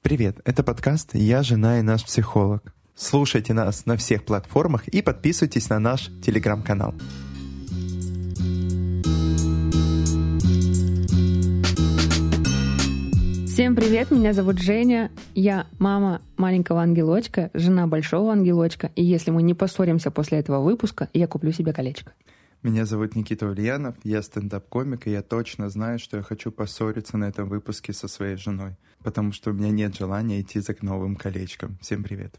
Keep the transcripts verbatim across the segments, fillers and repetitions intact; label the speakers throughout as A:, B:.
A: Привет, это подкаст «Я, жена и наш психолог». Слушайте нас на всех платформах и подписывайтесь на наш телеграм-канал.
B: Всем привет, меня зовут Женя, я мама маленького ангелочка, жена большого ангелочка, и если мы не поссоримся после этого выпуска, я куплю себе колечко.
A: Меня зовут Никита Ульянов, я стендап-комик, и я точно знаю, что я хочу поссориться на этом выпуске со своей женой, потому что у меня нет желания идти за новым колечком. Всем привет.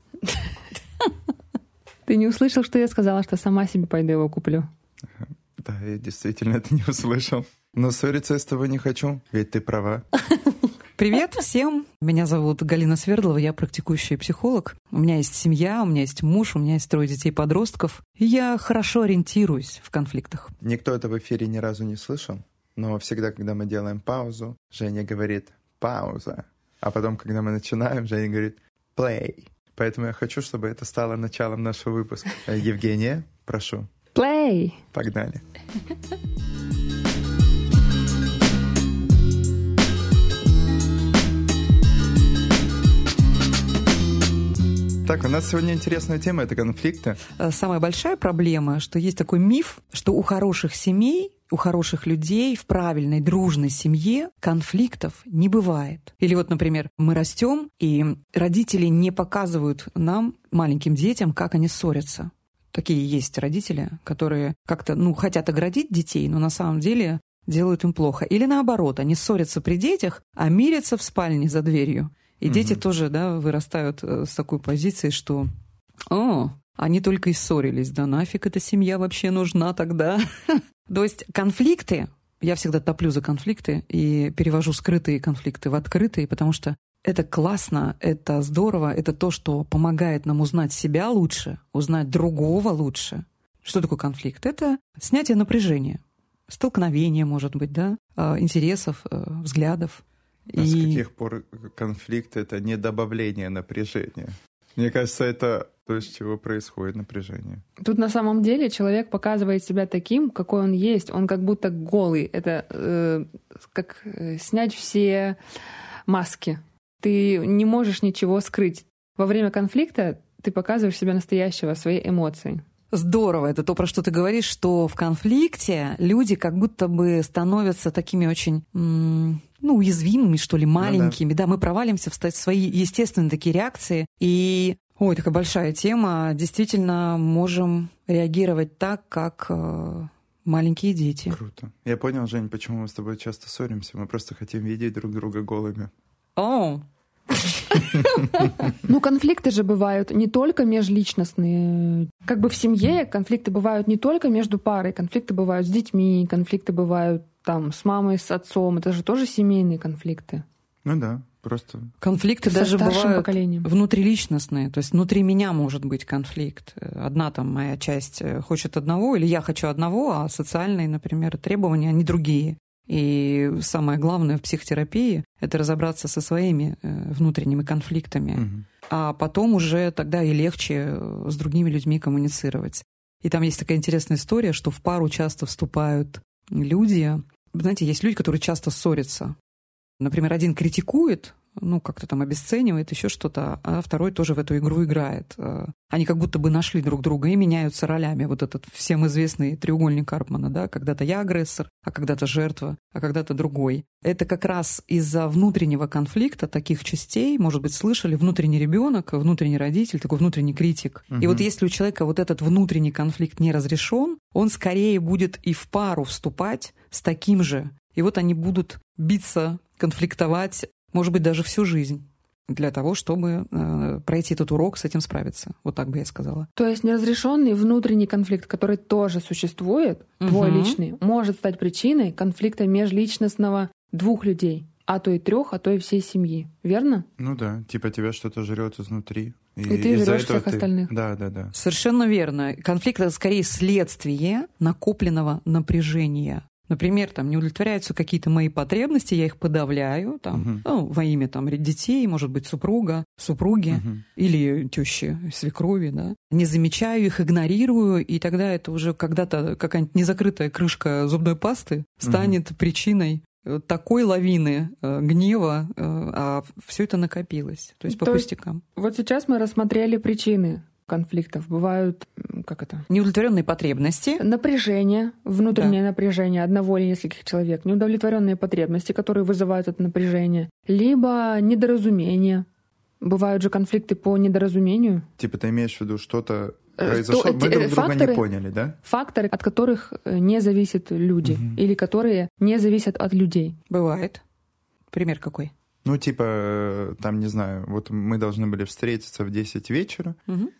B: Ты не услышал, что я сказала, что сама себе пойду его куплю?
A: Да, я действительно это не услышал. Но ссориться я с тобой не хочу, ведь ты права.
C: Привет всем! Меня зовут Галина Свердлова, я практикующий психолог. У меня есть семья, у меня есть муж, у меня есть трое детей-подростков. И я хорошо ориентируюсь в конфликтах.
A: Никто это в эфире ни разу не слышал, но всегда, когда мы делаем паузу, Женя говорит «пауза», а потом, когда мы начинаем, Женя говорит «play». Поэтому я хочу, чтобы это стало началом нашего выпуска. Евгения, прошу.
B: Play!
A: Погнали. Так, у нас сегодня интересная тема — это конфликты.
C: Самая большая проблема, что есть такой миф, что у хороших семей, у хороших людей в правильной, дружной семье конфликтов не бывает. Или вот, например, мы растем, и родители не показывают нам, маленьким детям, как они ссорятся. Такие есть родители, которые как-то, ну, хотят оградить детей, но на самом деле делают им плохо. Или наоборот, они ссорятся при детях, а мирятся в спальне за дверью. И mm-hmm. дети тоже, да, вырастают с такой позиции, что «О, они только и ссорились, да нафиг эта семья вообще нужна тогда?» То есть конфликты, я всегда топлю за конфликты и перевожу скрытые конфликты в открытые, потому что это классно, это здорово, это то, что помогает нам узнать себя лучше, узнать другого лучше. Что такое конфликт? Это снятие напряжения, столкновение, может быть, да, интересов, взглядов.
A: А
C: и...
A: с каких пор конфликт — это не добавление напряжения? Мне кажется, это то, с чего происходит напряжение.
B: Тут на самом деле человек показывает себя таким, какой он есть. Он как будто голый. Это э, как э, снять все маски. Ты не можешь ничего скрыть. Во время конфликта ты показываешь себя настоящего, свои эмоции.
C: Здорово, это то, про что ты говоришь, что в конфликте люди как будто бы становятся такими очень, ну, уязвимыми, что ли, маленькими. Ну, да. да, мы провалимся в свои естественные такие реакции. И, ой, такая большая тема. Действительно, можем реагировать так, как э, маленькие дети.
A: Круто. Я понял, Жень, почему мы с тобой часто ссоримся. Мы просто хотим видеть друг друга голыми.
C: О!
B: Ну, конфликты же бывают не только межличностные. Как бы в семье конфликты бывают не только между парой, конфликты бывают с детьми, конфликты бывают там с мамой, с отцом. Это же тоже семейные конфликты.
A: Ну да, просто...
C: Конфликты
B: со
C: даже бывают
B: поколением.
C: Внутриличностные. То есть внутри меня может быть конфликт. Одна там моя часть хочет одного, или я хочу одного, а социальные, например, требования, они другие. И самое главное в психотерапии — это разобраться со своими внутренними конфликтами, угу. а потом уже тогда и легче с другими людьми коммуницировать. И там есть такая интересная история, что в пару часто вступают люди. Знаете, есть люди, которые часто ссорятся. Например, один критикует, ну, как-то там обесценивает, еще что-то, а второй тоже в эту игру играет. Они как будто бы нашли друг друга и меняются ролями. Вот этот всем известный треугольник Карпмана, да, когда-то я агрессор, а когда-то жертва, а когда-то другой. Это как раз из-за внутреннего конфликта таких частей, может быть, слышали, внутренний ребенок, внутренний родитель, такой внутренний критик. Угу. И вот если у человека вот этот внутренний конфликт не разрешен, он скорее будет и в пару вступать с таким же. И вот они будут биться, конфликтовать, может быть, даже всю жизнь, для того, чтобы э, пройти этот урок, с этим справиться. Вот так бы я сказала.
B: То есть неразрешенный внутренний конфликт, который тоже существует, угу. твой личный, может стать причиной конфликта межличностного двух людей, а то и трех, а то и всей семьи. Верно?
A: Ну да, типа тебя что-то жрет изнутри.
B: И, и ты жрешь всех ты... остальных.
A: Да, да, да.
C: Совершенно верно. Конфликт — это скорее следствие накопленного напряжения. Например, там не удовлетворяются какие-то мои потребности, я их подавляю там, uh-huh. ну, во имя там, детей, может быть, супруга, супруги uh-huh. или тещи, свекрови, да. Не замечаю их, игнорирую, и тогда это уже когда-то какая-нибудь незакрытая крышка зубной пасты станет uh-huh. причиной такой лавины гнева, а все это накопилось. То есть по
B: То
C: пустякам.
B: Есть, вот сейчас мы рассмотрели причины конфликтов. Бывают, как это?
C: Неудовлетворенные потребности.
B: Напряжение, внутреннее
C: да.
B: напряжение одного или нескольких человек. Неудовлетворенные потребности, которые вызывают это напряжение. Либо недоразумение. Бывают же конфликты по недоразумению.
A: Типа ты имеешь в виду что-то произошло,
B: Что,
A: мы друг
B: факторы,
A: друга не поняли, да?
B: Факторы, от которых не зависят люди. Угу. Или которые не зависят от людей.
C: Бывает. Пример какой?
A: Ну, типа, там, не знаю, вот мы должны были встретиться в десять вечера,
C: угу.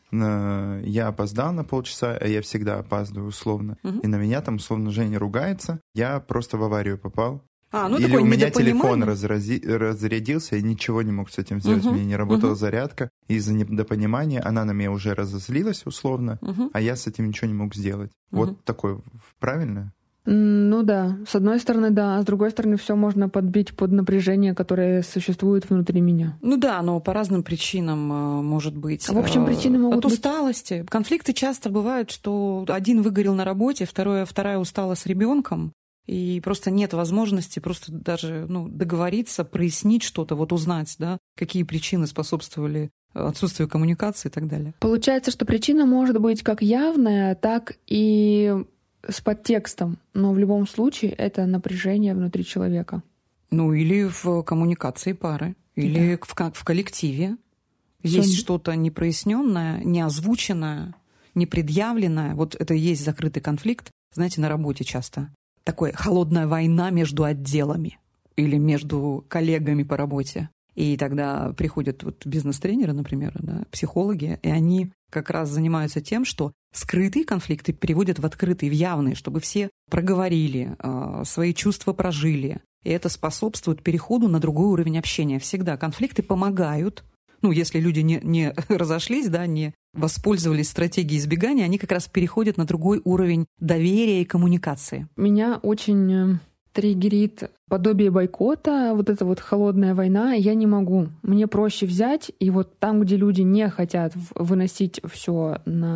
A: я опоздал на полчаса, а я всегда опаздываю условно, угу. и на меня там условно Женя ругается, я просто в аварию попал.
C: А, ну,
A: или у меня телефон разрази... разрядился, я ничего не мог с этим сделать, угу. у меня не работала угу. зарядка, из-за недопонимания она на меня уже разозлилась условно, угу. а я с этим ничего не мог сделать. Угу. Вот такое, правильно?
B: Ну да, с одной стороны, да, а с другой стороны, все можно подбить под напряжение, которое существует внутри меня.
C: Ну да, но по разным причинам может быть.
B: В общем, причины могут
C: от
B: быть...
C: усталости. Конфликты часто бывают, что один выгорел на работе, второе, вторая устала с ребенком, и просто нет возможности просто даже ну, договориться, прояснить что-то, вот узнать, да, какие причины способствовали отсутствию коммуникации и так далее.
B: Получается, что причина может быть как явная, так и с подтекстом, но в любом случае это напряжение внутри человека.
C: Ну или в коммуникации пары, или да. в, в коллективе. Есть Все... что-то непроясненное, неозвученное, непредъявленное. Вот это и есть закрытый конфликт, знаете, на работе часто. Такая холодная война между отделами или между коллегами по работе. И тогда приходят вот бизнес-тренеры, например, да, психологи, и они как раз занимаются тем, что скрытые конфликты переводят в открытые, в явные, чтобы все проговорили, свои чувства прожили. И это способствует переходу на другой уровень общения. Всегда конфликты помогают. Ну, если люди не, не разошлись, да, не воспользовались стратегией избегания, они как раз переходят на другой уровень доверия и коммуникации.
B: Меня очень триггерит подобие бойкота, вот эта вот холодная война, я не могу. Мне проще взять, и вот там, где люди не хотят выносить все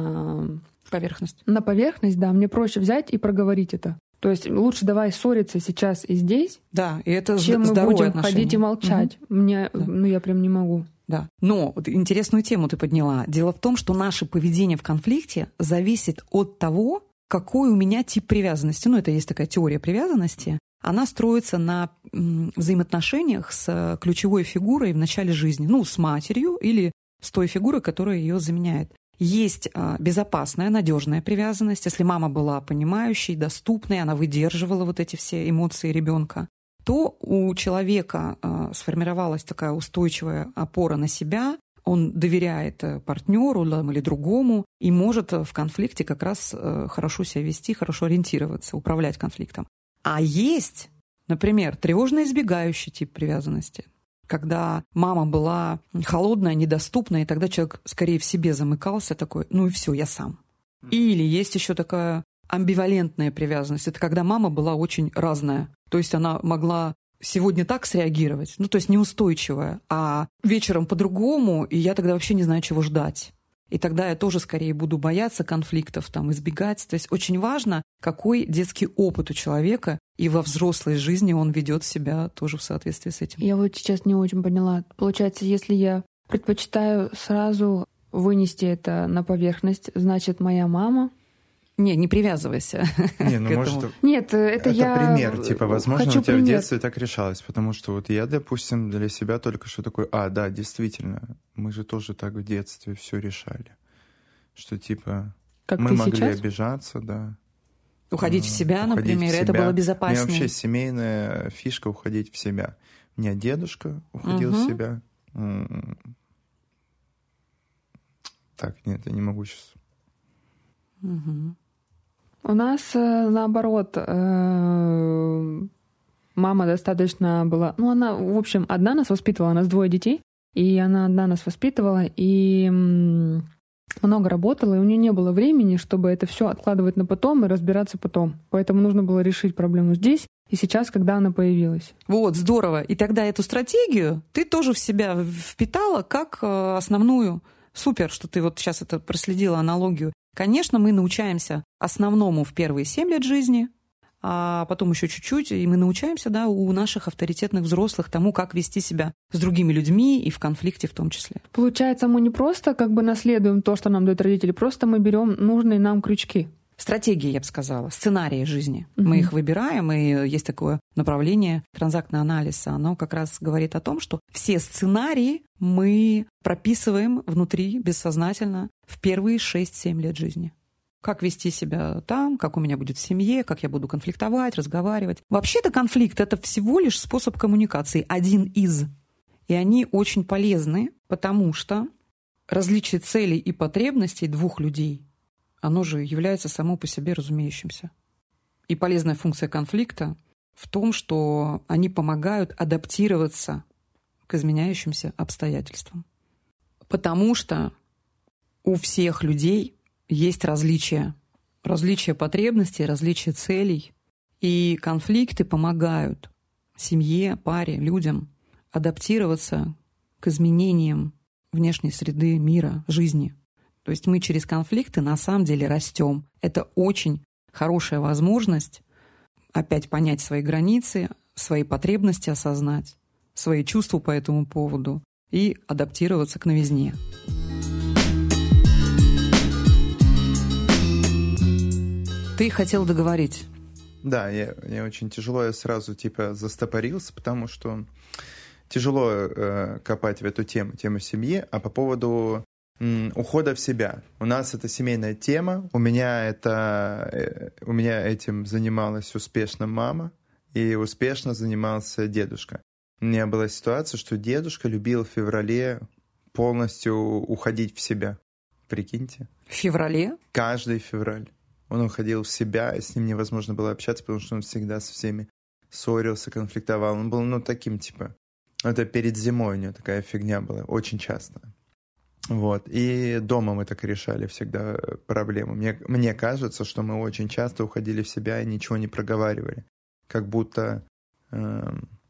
B: на
C: поверхность,
B: на поверхность, да, мне проще взять и проговорить это. То есть лучше давай ссориться сейчас и здесь,
C: да, и это
B: чем мы будем
C: отношения.
B: ходить и молчать. Угу. Мне,
C: да.
B: ну, я прям не могу.
C: Да. Но вот интересную тему ты подняла. Дело в том, что наше поведение в конфликте зависит от того, какой у меня тип привязанности. Ну, это есть такая теория привязанности. Она строится на взаимоотношениях с ключевой фигурой в начале жизни. Ну, с матерью или с той фигурой, которая ее заменяет. Есть безопасная, надежная привязанность. Если мама была понимающей, доступной, она выдерживала вот эти все эмоции ребенка, то у человека сформировалась такая устойчивая опора на себя, он доверяет партнеру или другому и может в конфликте как раз хорошо себя вести, хорошо ориентироваться, управлять конфликтом. А есть, например, тревожно-избегающий тип привязанности, когда мама была холодная, недоступная, и тогда человек скорее в себе замыкался, такой, ну и все, я сам. Или есть еще такая амбивалентная привязанность, это когда мама была очень разная, то есть она могла сегодня так среагировать, ну то есть неустойчивая, а вечером по-другому, и я тогда вообще не знаю, чего ждать. И тогда я тоже скорее буду бояться конфликтов, там, избегать. То есть очень важно, какой детский опыт у человека, и во взрослой жизни он ведет себя тоже в соответствии с этим.
B: Я вот сейчас не очень поняла. Получается, если я предпочитаю сразу вынести это на поверхность, значит, моя мама...
C: Не, не привязывайся.
A: Не, ну может...
B: Нет, это,
A: это
B: я...
A: пример, типа, возможно,
B: хочу
A: у тебя
B: пример.
A: в детстве так решалось, потому что вот я, допустим, для себя только что такой, а, да, действительно, мы же тоже так в детстве все решали, что, типа,
B: как
A: мы
B: ты
A: могли
B: сейчас?
A: обижаться, да.
C: Уходить в себя,
A: уходить
C: например,
A: в себя.
C: Это было безопаснее.
A: У меня вообще семейная фишка — уходить в себя. У меня дедушка уходил
C: угу.
A: в себя. Так, нет, я не могу сейчас.
C: Угу.
B: У нас, наоборот, мама достаточно была... Ну, она, в общем, одна нас воспитывала, у нас двое детей, и она одна нас воспитывала, и много работала, и у нее не было времени, чтобы это все откладывать на потом и разбираться потом. Поэтому нужно было решить проблему здесь и сейчас, когда она появилась.
C: Вот, здорово. И тогда эту стратегию ты тоже в себя впитала как основную. Супер, что ты вот сейчас это проследила аналогию. Конечно, мы научаемся основному в первые семь лет жизни, а потом еще чуть-чуть, и мы научаемся, да, у наших авторитетных взрослых тому, как вести себя с другими людьми и в конфликте в том числе.
B: Получается, мы не просто как бы наследуем то, что нам дают родители, просто мы берем нужные нам крючки.
C: Стратегии, я бы сказала, сценарии жизни. Mm-hmm. Мы их выбираем, и есть такое направление транзактный анализ. Оно как раз говорит о том, что все сценарии мы прописываем внутри бессознательно в первые шесть-семь лет жизни. Как вести себя там, как у меня будет в семье, как я буду конфликтовать, разговаривать. Вообще-то конфликт — это всего лишь способ коммуникации, один из. И они очень полезны, потому что различие целей и потребностей двух людей — оно же является само по себе разумеющимся. И полезная функция конфликта в том, что они помогают адаптироваться к изменяющимся обстоятельствам. Потому что у всех людей есть различия. Различия потребностей, различия целей. И конфликты помогают семье, паре, людям адаптироваться к изменениям внешней среды, мира, жизни. То есть мы через конфликты на самом деле растем. Это очень хорошая возможность опять понять свои границы, свои потребности осознать, свои чувства по этому поводу и адаптироваться к новизне. Ты хотел договорить.
A: Да, я, мне очень тяжело, я сразу типа застопорился, потому что тяжело э, копать в эту тему, тему семьи, а по поводу ухода в себя. У нас это семейная тема. У меня это, у меня этим занималась успешно мама, и успешно занимался дедушка. У меня была ситуация, что дедушка любил в феврале полностью уходить в себя. Прикиньте.
C: В феврале?
A: Каждый февраль. Он уходил в себя, и с ним невозможно было общаться, потому что он всегда со всеми ссорился, конфликтовал. Он был, ну, таким, типа... Это перед зимой у него такая фигня была, очень часто. Вот. И дома мы так решали всегда проблему. Мне, мне кажется, что мы очень часто уходили в себя и ничего не проговаривали. Как будто, э,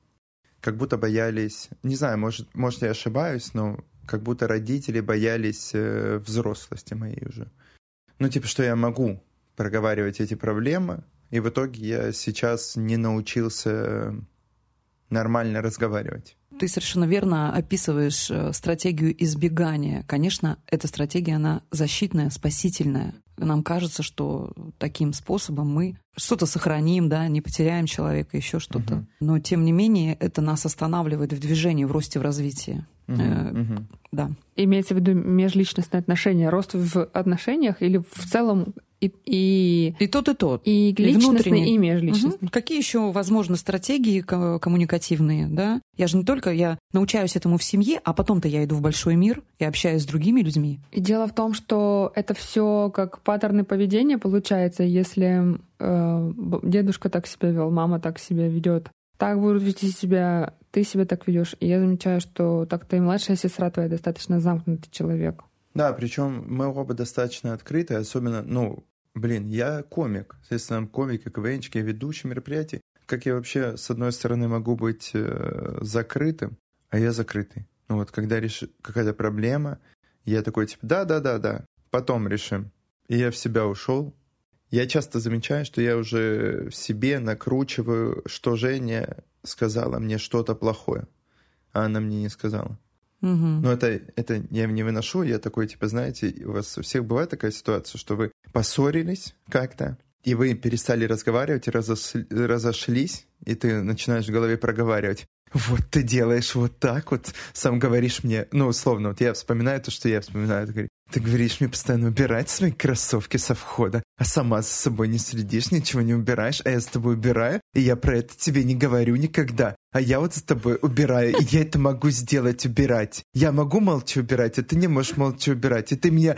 A: как будто боялись... Не знаю, может, может, я ошибаюсь, но как будто родители боялись э, взрослости моей уже. Ну, типа, что я могу проговаривать эти проблемы, и в итоге я сейчас не научился нормально разговаривать.
C: Ты совершенно верно описываешь стратегию избегания. Конечно, эта стратегия, она защитная, спасительная. Нам кажется, что таким способом мы что-то сохраним, да, не потеряем человека, еще что-то. Uh-huh. Но, тем не менее, это нас останавливает в движении, в росте, в развитии. Uh-huh. Uh-huh. Да.
B: Имеется в виду межличностные отношения, рост в отношениях или в целом и... И,
C: и тот, и тот.
B: И личностные, и, и межличностные.
C: Угу. Какие еще возможны стратегии коммуникативные, да? Я же не только, я научаюсь этому в семье, а потом-то я иду в большой мир и общаюсь с другими людьми.
B: И дело в том, что это все как паттерны поведения получается, если э, дедушка так себя вел, мама так себя ведет, так будут вести себя, ты себя так ведешь. И я замечаю, что так-то и младшая сестра твоя достаточно замкнутый человек.
A: Да, причем мы оба достаточно открыты, особенно, ну, блин, я комик, естественно, комик, КВНчик, я ведущий мероприятий. Как я вообще, с одной стороны, могу быть э, закрытым, а я закрытый. Ну вот, когда реш... какая-то проблема, я такой, типа, да-да-да-да, потом решим. И я в себя ушел. Я часто замечаю, что я уже в себе накручиваю, что Женя сказала мне что-то плохое, а она мне не сказала.
C: Угу.
A: Но это, это я не выношу, я такой, типа, знаете, у вас у всех бывает такая ситуация, что вы поссорились как-то, и вы перестали разговаривать, и разосли, разошлись, и ты начинаешь в голове проговаривать. Вот ты делаешь вот так вот, сам говоришь мне, ну, условно, вот я вспоминаю то, что я вспоминаю, ты говоришь, ты говоришь мне постоянно убирать свои кроссовки со входа, а сама за собой не следишь, ничего не убираешь, а я с тобой убираю, и я про это тебе не говорю никогда. А я вот за тобой убираю, и я это могу сделать, убирать. Я могу молча убирать, а ты не можешь молча убирать, и ты меня...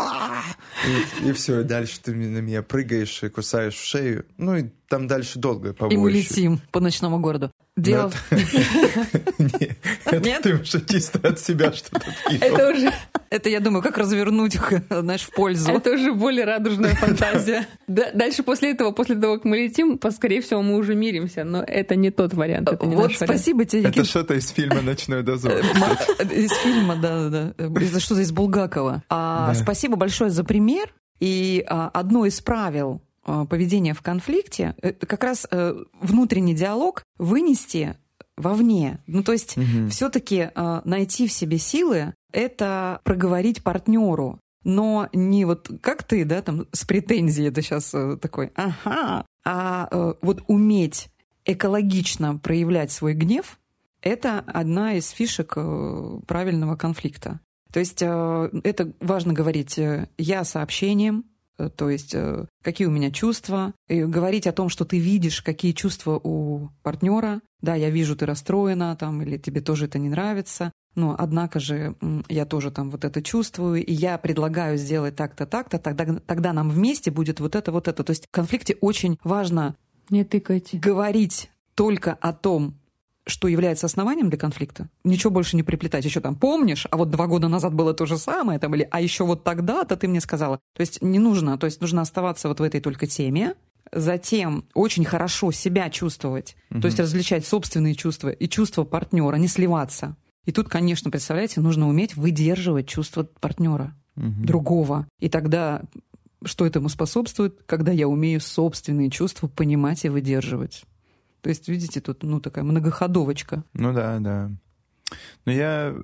A: И, и все, и дальше ты на меня прыгаешь и кусаешь в шею. Ну и там дальше долго побольше.
C: И мы летим по ночному городу. Дело...
A: Нет, это ты уже чисто от себя что-то вкинул.
B: Это уже...
C: Это, я думаю, как развернуть их, знаешь, в пользу.
B: Это уже более радужная фантазия. Дальше после этого, после того, как мы летим, скорее всего, мы уже миримся, но это не тот вариант.
C: Вот спасибо тебе.
A: Это что-то из фильма «Ночной дозор».
C: Из фильма, да-да-да. Что-то из Булгакова. Спасибо большое за пример. И одно из правил поведение в конфликте, это как раз внутренний диалог вынести вовне. Ну, то есть угу. все-таки найти в себе силы — это проговорить партнеру. Но не вот как ты, да, там с претензией, это сейчас такой, ага, а вот уметь экологично проявлять свой гнев — это одна из фишек правильного конфликта. То есть это важно говорить «я» сообщением, то есть какие у меня чувства, и говорить о том, что ты видишь, какие чувства у партнера. Да, я вижу, ты расстроена, там, или тебе тоже это не нравится, но однако же я тоже там вот это чувствую, и я предлагаю сделать так-то, так-то, тогда, тогда нам вместе будет вот это, вот это. То есть в конфликте очень важно
B: не тыкайте.
C: Говорить только о том, что является основанием для конфликта, ничего больше не приплетать. Еще там помнишь, а вот два года назад было то же самое, там, или а еще вот тогда-то ты мне сказала. То есть не нужно, то есть нужно оставаться вот в этой только теме, затем очень хорошо себя чувствовать, угу. то есть различать собственные чувства и чувства партнера, не сливаться. И тут, конечно, представляете, нужно уметь выдерживать чувства партнера, угу. другого. И тогда что этому способствует? Когда я умею собственные чувства понимать и выдерживать. То есть, видите, тут ну, такая многоходовочка.
A: Ну да, да. Но я,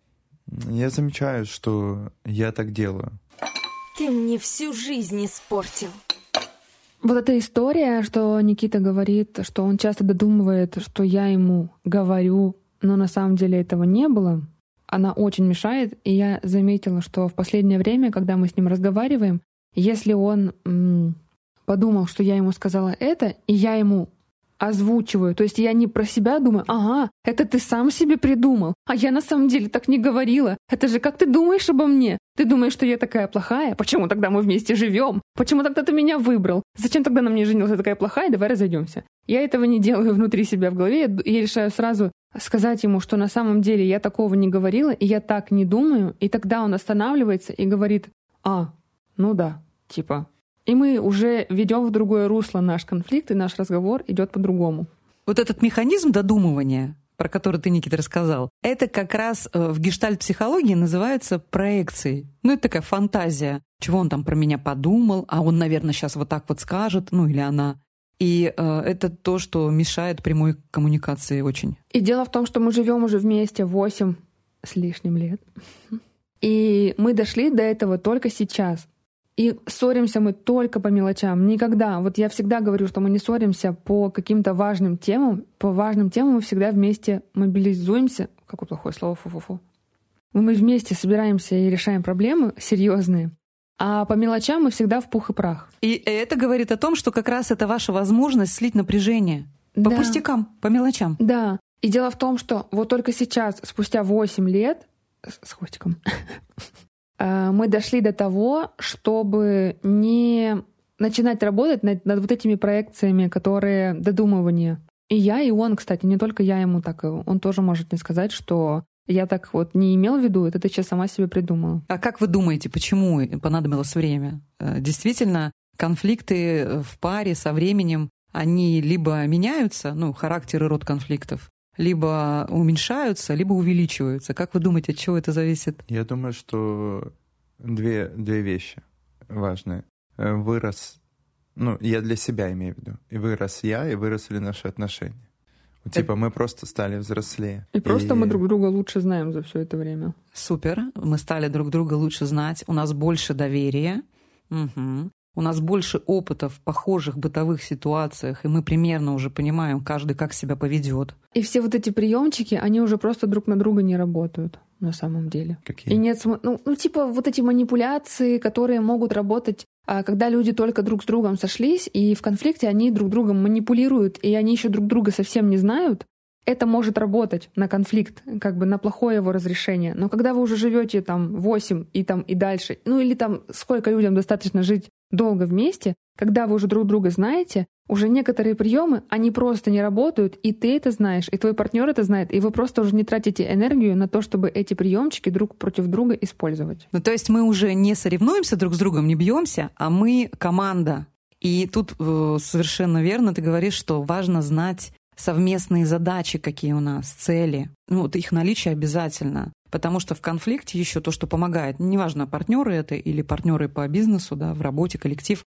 A: я замечаю, что я так делаю.
D: Ты мне всю жизнь испортил.
B: Вот эта история, что Никита говорит, что он часто додумывает, что я ему говорю, но на самом деле этого не было, она очень мешает. И я заметила, что в последнее время, когда мы с ним разговариваем, если он м- подумал, что я ему сказала это, и я ему озвучиваю. То есть я не про себя думаю, ага, это ты сам себе придумал, а я на самом деле так не говорила. Это же как ты думаешь обо мне? Ты думаешь, что я такая плохая? Почему тогда мы вместе живем? Почему тогда ты меня выбрал? Зачем тогда на мне женился? Я такая плохая, давай разойдемся. Я этого не делаю внутри себя в голове. Я решаю сразу сказать ему, что на самом деле я такого не говорила, и я так не думаю. И тогда он останавливается и говорит, а, ну да, типа... И мы уже ведем в другое русло наш конфликт, и наш разговор идет по-другому.
C: Вот этот механизм додумывания, про который ты, Никита, рассказал, это как раз в гештальт-психологии называется проекцией. Ну, это такая фантазия, чего он там про меня подумал, а он, наверное, сейчас вот так вот скажет, ну или она. И э, это то, что мешает прямой коммуникации очень.
B: И дело в том, что мы живем уже вместе восемь с лишним лет. И мы дошли до этого только сейчас. И ссоримся мы только по мелочам. Никогда. Вот я всегда говорю, что мы не ссоримся по каким-то важным темам. По важным темам мы всегда вместе мобилизуемся. Какое плохое слово, фу-фу-фу. Мы вместе собираемся и решаем проблемы серьезные. А по мелочам мы всегда в пух и прах.
C: И это говорит о том, что как раз это ваша возможность слить напряжение. По
B: да.
C: пустякам, по мелочам.
B: Да. И дело в том, что вот только сейчас, спустя восемь лет, с хвостиком, мы дошли до того, чтобы не начинать работать над, над вот этими проекциями, которые додумывания. И я, и он, кстати, не только я ему так, он тоже может мне сказать, что я так вот не имел в виду, это ты сейчас сама себе придумала.
C: А как вы думаете, почему понадобилось время? Действительно, конфликты в паре со временем, они либо меняются, ну, характер и род конфликтов, либо уменьшаются, либо увеличиваются. Как вы думаете, от чего это зависит?
A: Я думаю, что две, две вещи важные. Вырос, ну, я для себя имею в виду, и вырос я, и выросли наши отношения. Типа мы просто стали взрослее.
B: И просто и... мы друг друга лучше знаем за все это время.
C: Супер. Мы стали друг друга лучше знать. У нас больше доверия. Угу. У нас больше опыта в похожих бытовых ситуациях, и мы примерно уже понимаем, каждый как себя поведет.
B: И все вот эти приемчики, они уже просто друг на друга не работают на самом деле.
A: Какие?
B: И нет, ну, ну типа вот эти манипуляции, которые могут работать, когда люди только друг с другом сошлись, и в конфликте они друг другом манипулируют, и они еще друг друга совсем не знают. Это может работать на конфликт, как бы на плохое его разрешение. Но когда вы уже живете там восемь и там и дальше, ну или там сколько людям достаточно жить долго вместе, когда вы уже друг друга знаете, уже некоторые приемы, они просто не работают, и ты это знаешь, и твой партнер это знает, и вы просто уже не тратите энергию на то, чтобы эти приемчики друг против друга использовать.
C: Ну, то есть мы уже не соревнуемся друг с другом, не бьемся, а мы команда. И тут э, совершенно верно ты говоришь, что важно знать совместные задачи, какие у нас, цели. Ну, вот их наличие обязательно. Потому что в конфликте еще то, что помогает, неважно, партнеры это или партнеры по бизнесу, да, в работе, коллектив,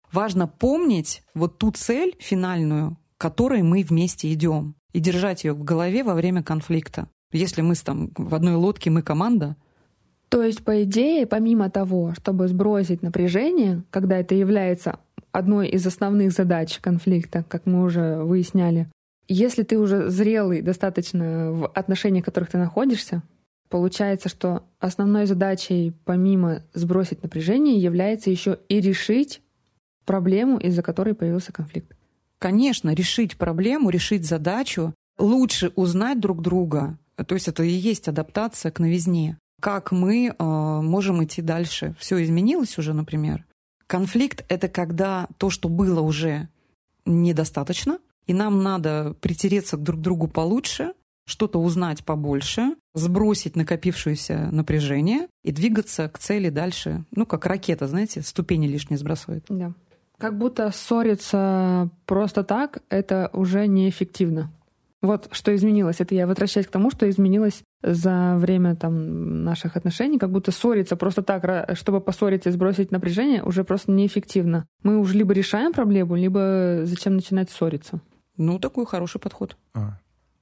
C: важно помнить вот ту цель финальную, к которой мы вместе идем, и держать ее в голове во время конфликта. Если мы там в одной лодке, мы команда.
B: То есть, по идее, помимо того, чтобы сбросить напряжение, когда это является одной из основных задач конфликта, как мы уже выясняли, если ты уже зрелый достаточно в отношениях, в которых ты находишься, получается, что основной задачей, помимо сбросить напряжение, является еще и решить проблему, из-за которой появился конфликт.
C: Конечно, решить проблему, решить задачу, лучше узнать друг друга. То есть это и есть адаптация к новизне. Как мы э, можем идти дальше? Все изменилось уже, например. Конфликт — это когда то, что было уже недостаточно, и нам надо притереться друг к другу получше, что-то узнать побольше, сбросить накопившееся напряжение и двигаться к цели дальше. Ну, как ракета, знаете, ступени лишние сбрасывает.
B: Да. Как будто ссориться просто так — это уже неэффективно. Вот что изменилось. Это я возвращаюсь к тому, что изменилось за время там, наших отношений. Как будто ссориться просто так, чтобы поссориться и сбросить напряжение, уже просто неэффективно. Мы уже либо решаем проблему, либо зачем начинать ссориться.
C: Ну, такой хороший подход.
A: А,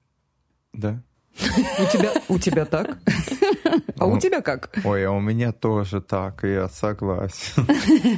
A: да?
C: У тебя, у тебя так? А у тебя как?
A: Ой, а у меня тоже так, и я согласен.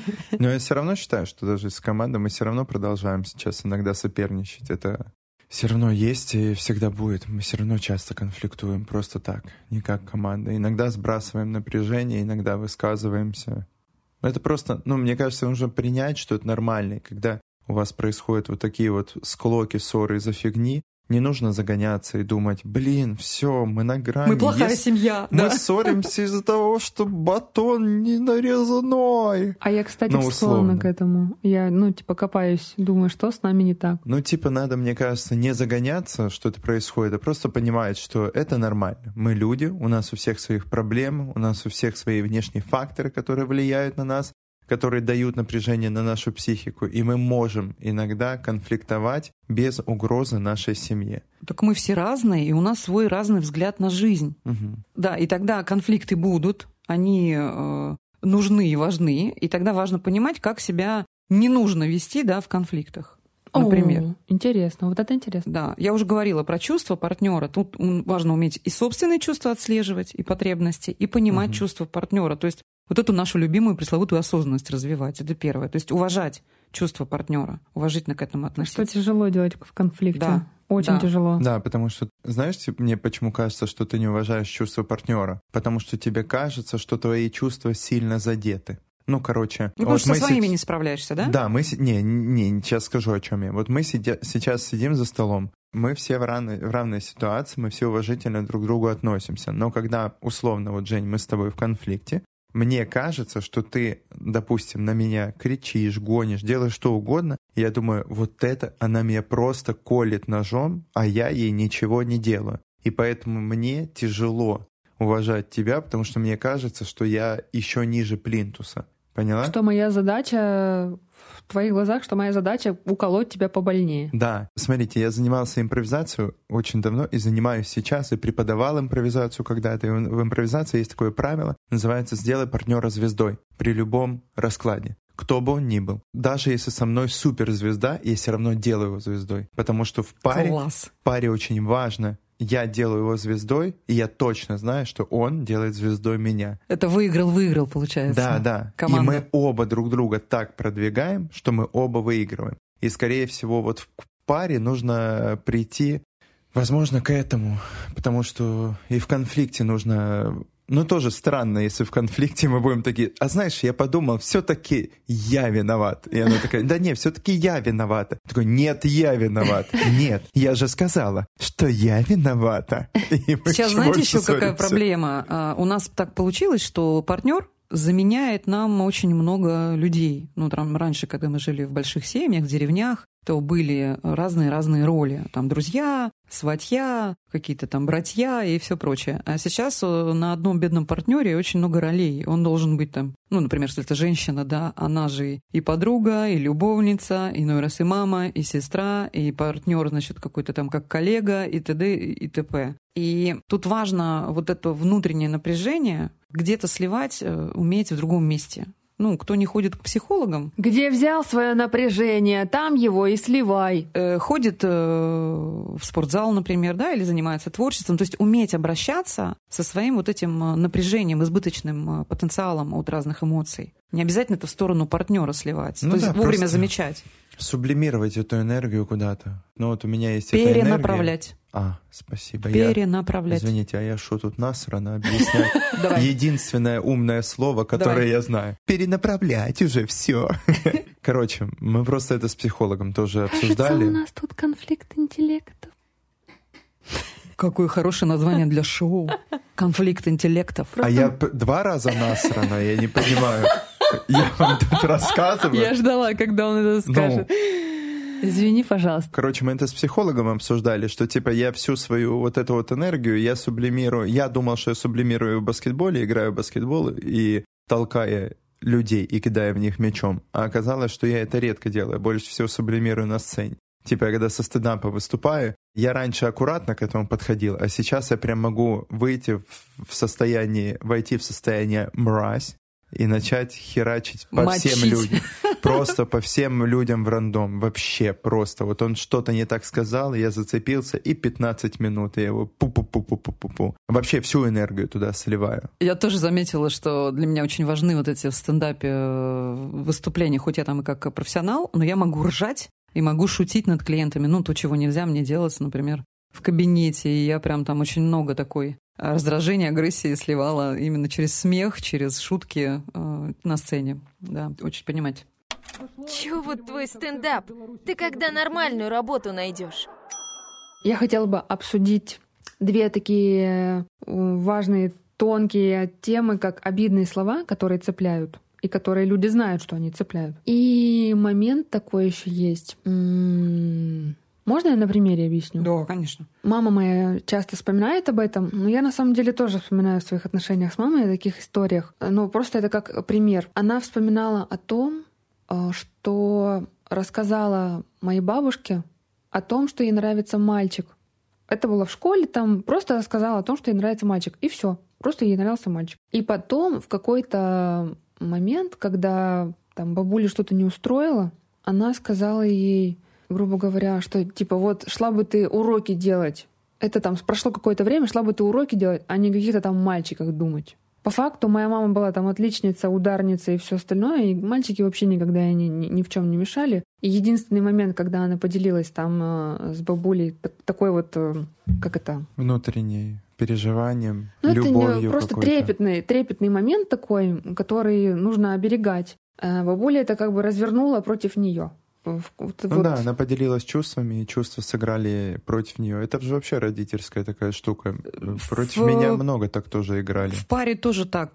A: Но я все равно считаю, что даже с командой мы все равно продолжаем сейчас иногда соперничать. Это все равно есть и всегда будет. Мы все равно часто конфликтуем просто так, не как команда. Иногда сбрасываем напряжение, иногда высказываемся. Это просто, ну, мне кажется, нужно принять, что это нормально. И когда у вас происходят вот такие вот склоки, ссоры из-за фигни, не нужно загоняться и думать, блин, все, мы на грани.
C: Мы плохая
A: Есть...
C: семья.
A: Мы
C: да?
A: ссоримся из-за того, что батон не нарезанной.
B: А я, кстати,
A: ну,
B: склонна
A: условно.
B: к этому. Я, ну, типа, копаюсь, думаю, что с нами не так.
A: Ну, типа, надо, мне кажется, не загоняться, что это происходит, а просто понимать, что это нормально. Мы люди, у нас у всех своих проблем, у нас у всех свои внешние факторы, которые влияют на нас, которые дают напряжение на нашу психику, и мы можем иногда конфликтовать без угрозы нашей семье.
C: Так мы все разные, и у нас свой разный взгляд на жизнь.
A: Угу.
C: Да, и тогда конфликты будут, они э, нужны и важны, и тогда важно понимать, как себя не нужно вести, да, в конфликтах. Например.
B: О, интересно, вот это интересно.
C: Да, я уже говорила про чувства партнера. Тут важно уметь и собственные чувства отслеживать, и потребности, и понимать угу. чувства партнера. То есть вот эту нашу любимую пресловутую осознанность развивать. Это первое. То есть уважать чувства партнера, уважительно к этому относиться.
B: Что тяжело делать в конфликте.
C: Да.
B: Очень
C: да.
B: тяжело.
A: Да, потому что, знаешь, мне почему кажется, что ты не уважаешь чувства партнера? Потому что тебе кажется, что твои чувства сильно задеты. Ну, короче...
C: Ну, потому вот что со своими си... не справляешься, да?
A: Да, мы... Не, не, сейчас скажу, о чем я. Вот мы сидя... сейчас сидим за столом, мы все в равной, в равной ситуации, мы все уважительно друг к другу относимся. Но когда, условно, вот, Жень, мы с тобой в конфликте, мне кажется, что ты, допустим, на меня кричишь, гонишь, делаешь что угодно, и я думаю, вот это она меня просто колет ножом, а я ей ничего не делаю. И поэтому мне тяжело уважать тебя, потому что мне кажется, что я еще ниже плинтуса. Поняла?
B: Что моя задача в твоих глазах, что моя задача уколоть тебя побольнее.
A: Да. Смотрите, я занимался импровизацией очень давно и занимаюсь сейчас, и преподавал импровизацию когда-то. И в импровизации есть такое правило, называется «сделай партнера звездой» при любом раскладе. Кто бы он ни был. Даже если со мной суперзвезда, я все равно делаю его звездой. Потому что в паре, в паре очень важно, я делаю его звездой, и я точно знаю, что он делает звездой меня.
C: Это выиграл-выиграл, получается.
A: Да, да.
C: Команда.
A: И мы оба друг друга так продвигаем, что мы оба выигрываем. И, скорее всего, вот в паре нужно прийти, возможно, к этому. Потому что и в конфликте нужно... Ну, тоже странно, если в конфликте мы будем такие, а знаешь, я подумал, все-таки я виноват. И она такая, да нет, все-таки я виновата. Я такой, нет, я виноват. Нет, я же сказала, что я виновата.
C: Сейчас знаете еще какая проблема? У нас так получилось, что партнер заменяет нам очень много людей. Ну, там раньше, когда мы жили в больших семьях, в деревнях, то были разные-разные роли. Там друзья, сватья, какие-то там братья и все прочее. А сейчас на одном бедном партнере очень много ролей. Он должен быть там, ну, например, если это женщина, да, она же и подруга, и любовница, иной раз и мама, и сестра, и партнер, значит, какой-то там как коллега, и т.д. и т.п. И тут важно вот это внутреннее напряжение где-то сливать, уметь в другом месте. Ну, кто не ходит к психологам.
B: Где взял свое напряжение, там его и сливай.
C: Э, ходит э, в спортзал, например, да, или занимается творчеством. То есть уметь обращаться со своим вот этим напряжением, избыточным потенциалом от разных эмоций. Не обязательно это в сторону партнера сливать.
A: Ну
C: То
A: да,
C: есть вовремя
A: просто
C: замечать.
A: Сублимировать эту энергию куда-то. Ну вот у меня есть эта энергия.
C: Перенаправлять.
A: А, спасибо.
C: Перенаправлять.
A: Я, извините, а я что тут насрано объяснять? Единственное умное слово, которое
C: Давай.
A: я знаю. Перенаправлять уже все. Короче, мы просто это с психологом тоже обсуждали.
B: Кажется, у нас тут конфликт интеллектов.
C: Какое хорошее название для шоу. Конфликт интеллектов.
A: А я п- два раза насрано, я не понимаю. Я вам тут рассказываю.
B: Я ждала, когда он это скажет. Извини, пожалуйста.
A: Короче, мы это с психологом обсуждали, что типа я всю свою вот эту вот энергию, я сублимирую. Я думал, что я сублимирую в баскетболе, играю в баскетбол и толкая людей и кидая в них мячом. А оказалось, что я это редко делаю, больше всего сублимирую на сцене. Типа, я когда со стендапа выступаю, я раньше аккуратно к этому подходил, а сейчас я прям могу выйти в состояние, войти в состояние мразь и начать херачить по
C: Мочить.
A: всем людям. Просто по всем людям в рандом. Вообще просто. Вот он что-то не так сказал, я зацепился, и пятнадцать минут я его пу-пу-пу-пу-пу-пу. Вообще всю энергию туда сливаю.
C: Я тоже заметила, что для меня очень важны вот эти в стендапе выступления, хоть я там и как профессионал, но я могу ржать и могу шутить над клиентами. Ну, то, чего нельзя мне делать, например, в кабинете. И я прям там очень много такой раздражения, агрессии сливала именно через смех, через шутки э, на сцене. Да, очень понимать.
D: Чё вот твой стендап? Ты когда нормальную работу найдешь?
B: Я хотела бы обсудить две такие важные, тонкие темы, как обидные слова, которые цепляют, и которые люди знают, что они цепляют. И момент такой еще есть. М-м- Можно я на примере объясню?
C: Да, конечно.
B: Мама моя часто вспоминает об этом, но я на самом деле тоже вспоминаю в своих отношениях с мамой о таких историях. Но просто это как пример. Она вспоминала о том, что рассказала моей бабушке о том, что ей нравится мальчик. Это было в школе, там просто рассказала о том, что ей нравится мальчик. И все, просто ей нравился мальчик. И потом в какой-то момент, когда там бабуля что-то не устроила, она сказала ей, грубо говоря, что типа вот шла бы ты уроки делать. Это там прошло какое-то время, шла бы ты уроки делать, а не каких-то там мальчиках думать. По факту моя мама была там отличница, ударница и все остальное, и мальчики вообще никогда ей ни, ни, ни в чем не мешали. И единственный момент, когда она поделилась там э, с бабулей так, такой вот, э, как это?
A: Внутренним переживанием,
B: ну,
A: любовью
B: это просто
A: какой-то.
B: трепетный, трепетный момент такой, который нужно оберегать. А бабуля это как бы развернула против нее. Вот,
A: ну
B: вот.
A: да, она поделилась чувствами, и чувства сыграли против нее. Это же вообще родительская такая штука. Против
C: в...
A: меня много так тоже играли.
C: В паре тоже так.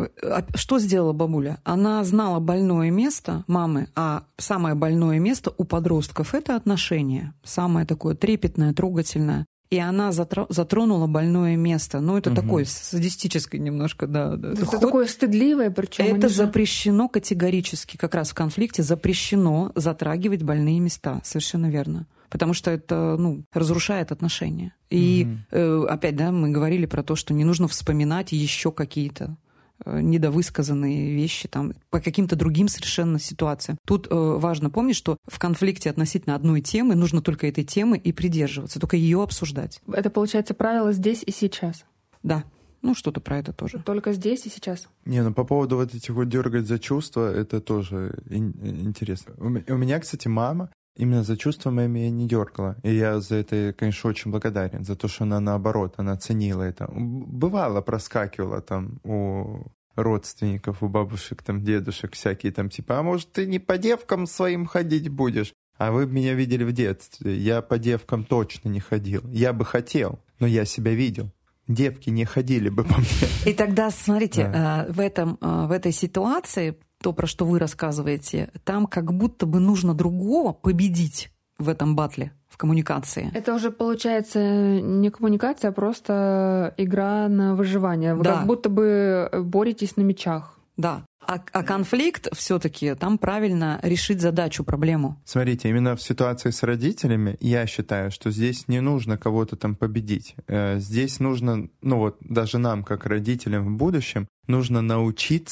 C: Что сделала бабуля? Она знала больное место мамы, а самое больное место у подростков — это отношения. Самое такое трепетное, трогательное. И она затронула больное место. Ну, это угу. такое садистическое немножко, да. да.
B: Это
C: Ход...
B: такое стыдливое, причем.
C: Это
B: же...
C: запрещено категорически. Как раз в конфликте запрещено затрагивать больные места. Совершенно верно. Потому что это, ну, разрушает отношения. И угу. э, опять, да, мы говорили про то, что не нужно вспоминать еще какие-то недовысказанные вещи там, по каким-то другим совершенно ситуациям. Тут э, важно помнить, что в конфликте относительно одной темы нужно только этой темы и придерживаться, только ее обсуждать.
B: Это, получается, правило здесь и сейчас.
C: Да. Ну, что-то про это тоже.
B: Только здесь и сейчас.
A: Не, ну по поводу вот этих вот дергать за чувства, это тоже интересно. У меня, кстати, мама именно за чувствами меня не дергала. И я за это, конечно, очень благодарен. За то, что она наоборот, она ценила это. Бывало, проскакивала там у родственников, у бабушек, там, дедушек всякие там, типа, а может, ты не по девкам своим ходить будешь? А вы меня видели в детстве. Я по девкам точно не ходил. Я бы хотел, но я себя видел. Девки не ходили бы по мне.
C: И тогда, смотрите,
A: да.
C: в, этом, в этой ситуации, то, про что вы рассказываете, там как будто бы нужно другого победить в этом батле, в коммуникации.
B: Это уже получается не коммуникация, а просто игра на выживание. Вы
C: да.
B: как будто бы боретесь на мечах.
C: Да. А, а конфликт все-таки там правильно решить задачу, проблему.
A: Смотрите, именно в ситуации с родителями я считаю, что здесь не нужно кого-то там победить. Здесь нужно, ну вот даже нам, как родителям в будущем, нужно научиться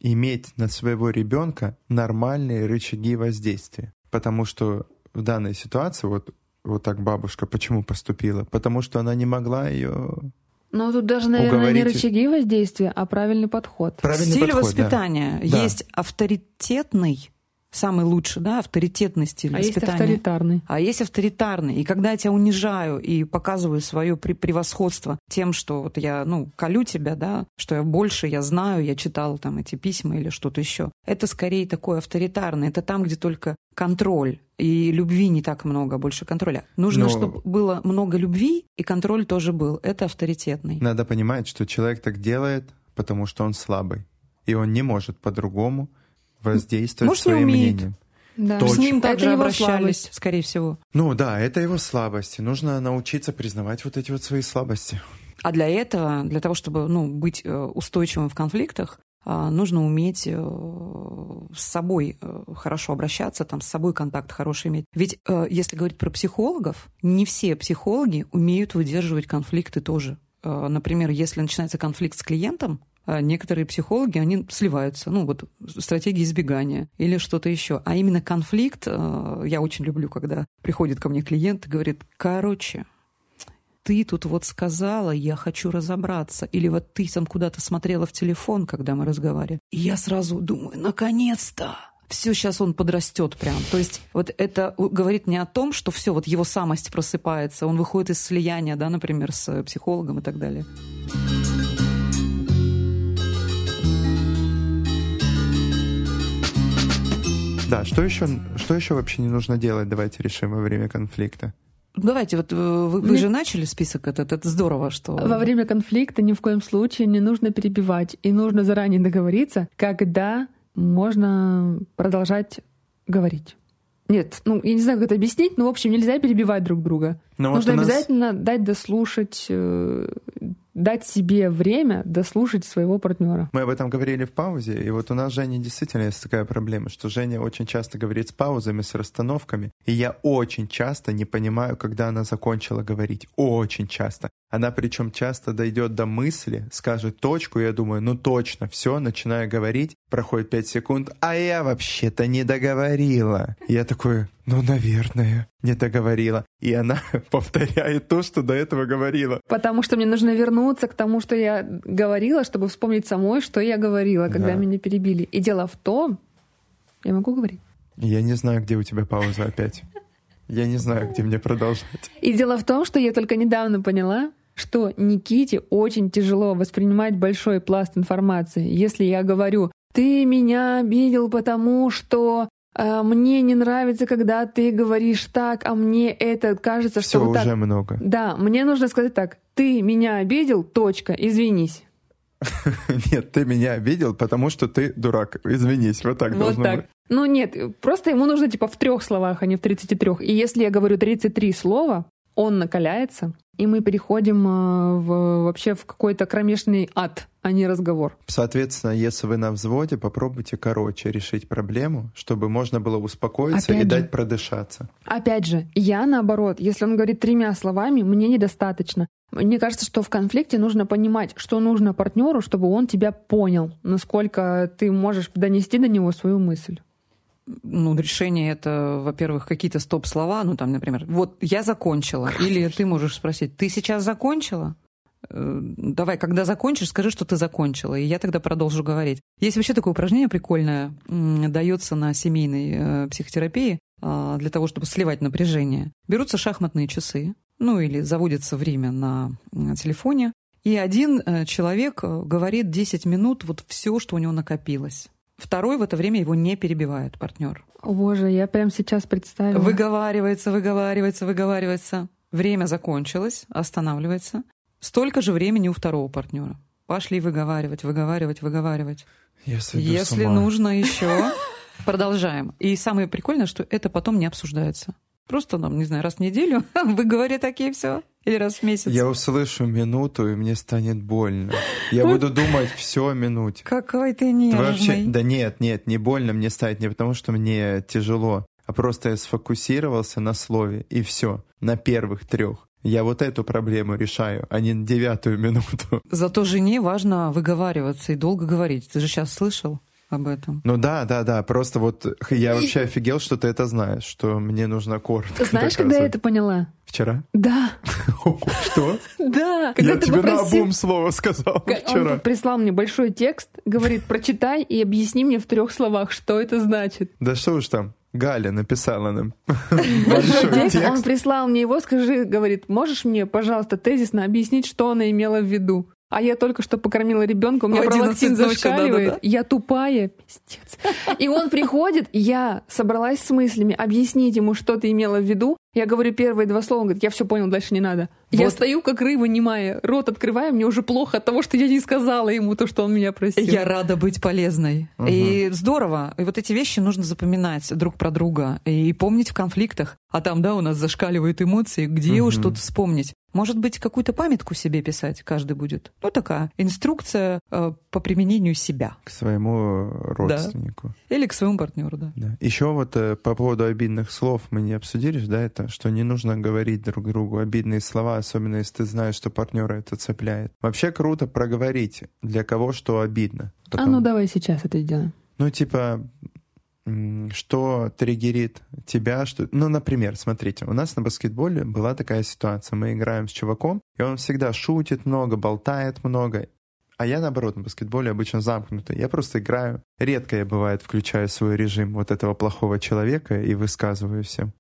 A: иметь на своего ребенка нормальные рычаги воздействия. Потому что в данной ситуации, вот, вот так бабушка почему поступила? Потому что она не могла ее...
B: Но тут даже, наверное,
A: уговорить...
B: не рычаги воздействия, а правильный подход.
A: Правильный
C: стиль
A: подход,
C: воспитания.
A: Да.
C: Есть авторитетный, самый лучший, да, авторитетный стиль
B: А
C: воспитания.
B: есть авторитарный.
C: А есть авторитарный. И когда я тебя унижаю и показываю свое превосходство тем, что вот я, ну, колю тебя, да, что я больше, я знаю, я читал там эти письма или что-то еще. Это скорее такое авторитарное. Это там, где только контроль. И любви не так много, больше контроля. Нужно,
A: Но...
C: чтобы было много любви, и контроль тоже был. Это авторитетный.
A: Надо понимать, что человек так делает, потому что он слабый. И он не может по-другому воздействовать
C: Может,
A: своим
C: не умеет.
A: мнением.
B: Да.
A: Точно.
C: С ним также
B: Это его
C: обращались,
B: слабость.
C: скорее всего.
A: Ну да, это его слабости. Нужно научиться признавать вот эти вот свои слабости.
C: А для этого, для того, чтобы, ну, быть устойчивым в конфликтах, нужно уметь с собой хорошо обращаться, там, с собой контакт хороший иметь. Ведь если говорить про психологов, не все психологи умеют выдерживать конфликты тоже. Например, если начинается конфликт с клиентом, некоторые психологи, они сливаются, ну вот стратегии избегания или что-то еще. А именно конфликт, я очень люблю, когда приходит ко мне клиент и говорит: короче, ты тут вот сказала, я хочу разобраться. Или вот ты там куда-то смотрела в телефон, когда мы разговаривали. И я сразу думаю: наконец-то! Все, сейчас он подрастет прям. То есть вот это говорит мне о том, что все, вот его самость просыпается, он выходит из слияния, да, например, с психологом и так далее.
A: Да, что еще, что еще вообще не нужно делать, давайте решим во время конфликта.
C: Давайте, вот вы, вы
B: Мне...
C: же начали список этот, это здорово, что...
B: Во время конфликта ни в коем случае не нужно перебивать, и нужно заранее договориться, когда можно продолжать говорить. Нет, ну, я не знаю, как это объяснить, но, в общем, нельзя перебивать друг друга. Но нужно вот нас... обязательно дать дослушать, дать себе время дослушать своего партнера.
A: Мы об этом говорили в паузе, и вот у нас с Женей действительно есть такая проблема, что Женя очень часто говорит с паузами, с расстановками, и я очень часто не понимаю, когда она закончила говорить. Очень часто. Она причем часто дойдет до мысли, скажет точку, и я думаю, ну точно, все, начинаю говорить, проходит пять секунд, а я вообще-то не договорила. И я такой, ну, наверное, не договорила. И она повторяет то, что до этого говорила.
B: Потому что мне нужно вернуться к тому, что я говорила, чтобы вспомнить самой, что я говорила, когда да. меня перебили. И дело в том, я могу говорить.
A: Я не знаю, где у тебя пауза опять. Я не знаю, где мне продолжать.
B: И дело в том, что я только недавно поняла, что Никите очень тяжело воспринимать большой пласт информации. Если я говорю, ты меня обидел, потому что э, мне не нравится, когда ты говоришь так, а мне это кажется,
A: Всё
B: что вот
A: уже
B: так.
A: много.
B: Да, мне нужно сказать так, ты меня обидел, точка, извинись.
A: Нет, ты меня обидел, потому что ты дурак. Извинись, вот так
B: вот
A: должно
B: так.
A: быть.
B: Ну нет, просто ему нужно типа в трех словах, а не в тридцати трёх. И если я говорю тридцать три слова, он накаляется, и мы переходим в, вообще в какой-то кромешный ад, а не разговор.
A: Соответственно, если вы на взводе, попробуйте короче решить проблему, чтобы можно было успокоиться
B: Опять
A: и
B: же,
A: дать продышаться.
B: Опять же, я наоборот, если он говорит тремя словами, мне недостаточно. Мне кажется, что в конфликте нужно понимать, что нужно партнеру, чтобы он тебя понял, насколько ты можешь донести до него свою мысль.
C: Ну, решение — это, во-первых, какие-то стоп-слова, ну, там, например, вот я закончила, или ты можешь спросить, ты сейчас закончила? Давай, когда закончишь, скажи, что ты закончила, и я тогда продолжу говорить. Есть вообще такое упражнение прикольное, дается на семейной психотерапии для того, чтобы сливать напряжение. Берутся шахматные часы, ну, или заводится время на телефоне, и один человек говорит десять минут вот все, что у него накопилось. Второй в это время его не перебивает, партнер.
B: О, боже, я прямо сейчас представила.
C: Выговаривается, выговаривается, выговаривается. Время закончилось, останавливается. Столько же времени у второго партнера. Пошли выговаривать, выговаривать, выговаривать.
A: Я
C: Если нужно еще, продолжаем. И самое прикольное, что это потом не обсуждается. Просто, ну, не знаю, раз в неделю вы говорите такие все. Или раз в месяц.
A: Я услышу минуту, и мне станет больно. Я буду думать все о минуте.
C: Какой ты нежный.
A: Вообще, да нет, нет, не больно мне станет не потому, что мне тяжело, а просто я сфокусировался на слове, и все, на первых трех. Я вот эту проблему решаю, а не девятую минуту.
C: Зато жене важно выговариваться и долго говорить. Ты же сейчас слышал? об этом.
A: Ну да, да, да. Просто вот я вообще офигел, что ты это знаешь, что мне нужно коротко.
B: Знаешь, когда я это поняла?
A: Вчера?
B: Да.
A: Что?
B: Да.
A: Я тебе наобум слово сказал вчера.
B: Он прислал мне большой текст, говорит, прочитай и объясни мне в трех словах, что это значит.
A: Да что уж там. Галя написала нам
B: большой текст. Он прислал мне его, скажи, говорит, можешь мне, пожалуйста, тезисно объяснить, что она имела в виду? А я только что покормила ребенка, у меня пролактин зашкаливает, да, да, да. Я тупая, пиздец. И он приходит, я собралась с мыслями, объяснить ему, что ты имела в виду. Я говорю первые два слова, он говорит, я все понял, дальше не надо. Вот. Я стою, как рыба немая, рот открываю, мне уже плохо от того, что я не сказала ему то, что он меня просил.
C: Я рада быть полезной. Угу. И здорово. И вот эти вещи нужно запоминать друг про друга и помнить в конфликтах. А там, да, у нас зашкаливают эмоции, где уж что-то вспомнить. Может быть, какую-то памятку себе писать каждый будет. Ну, такая инструкция э, по применению себя.
A: К своему родственнику.
C: Да. Или к своему партнеру, да.
A: да. Еще вот э, по поводу обидных слов мы не обсудили, да, это, что не нужно говорить друг другу обидные слова, особенно если ты знаешь, что партнера это цепляет. Вообще круто проговорить, для кого что обидно.
B: Потом... А ну давай сейчас это сделаем.
A: Ну, типа... что триггерит тебя, что... Ну, например, смотрите, у нас на баскетболе была такая ситуация. Мы играем с чуваком, и он всегда шутит много, болтает много. А я, наоборот, на баскетболе обычно замкнутый. Я просто играю. Редко я, бывает, включаю свой режим вот этого плохого человека и высказываю всем.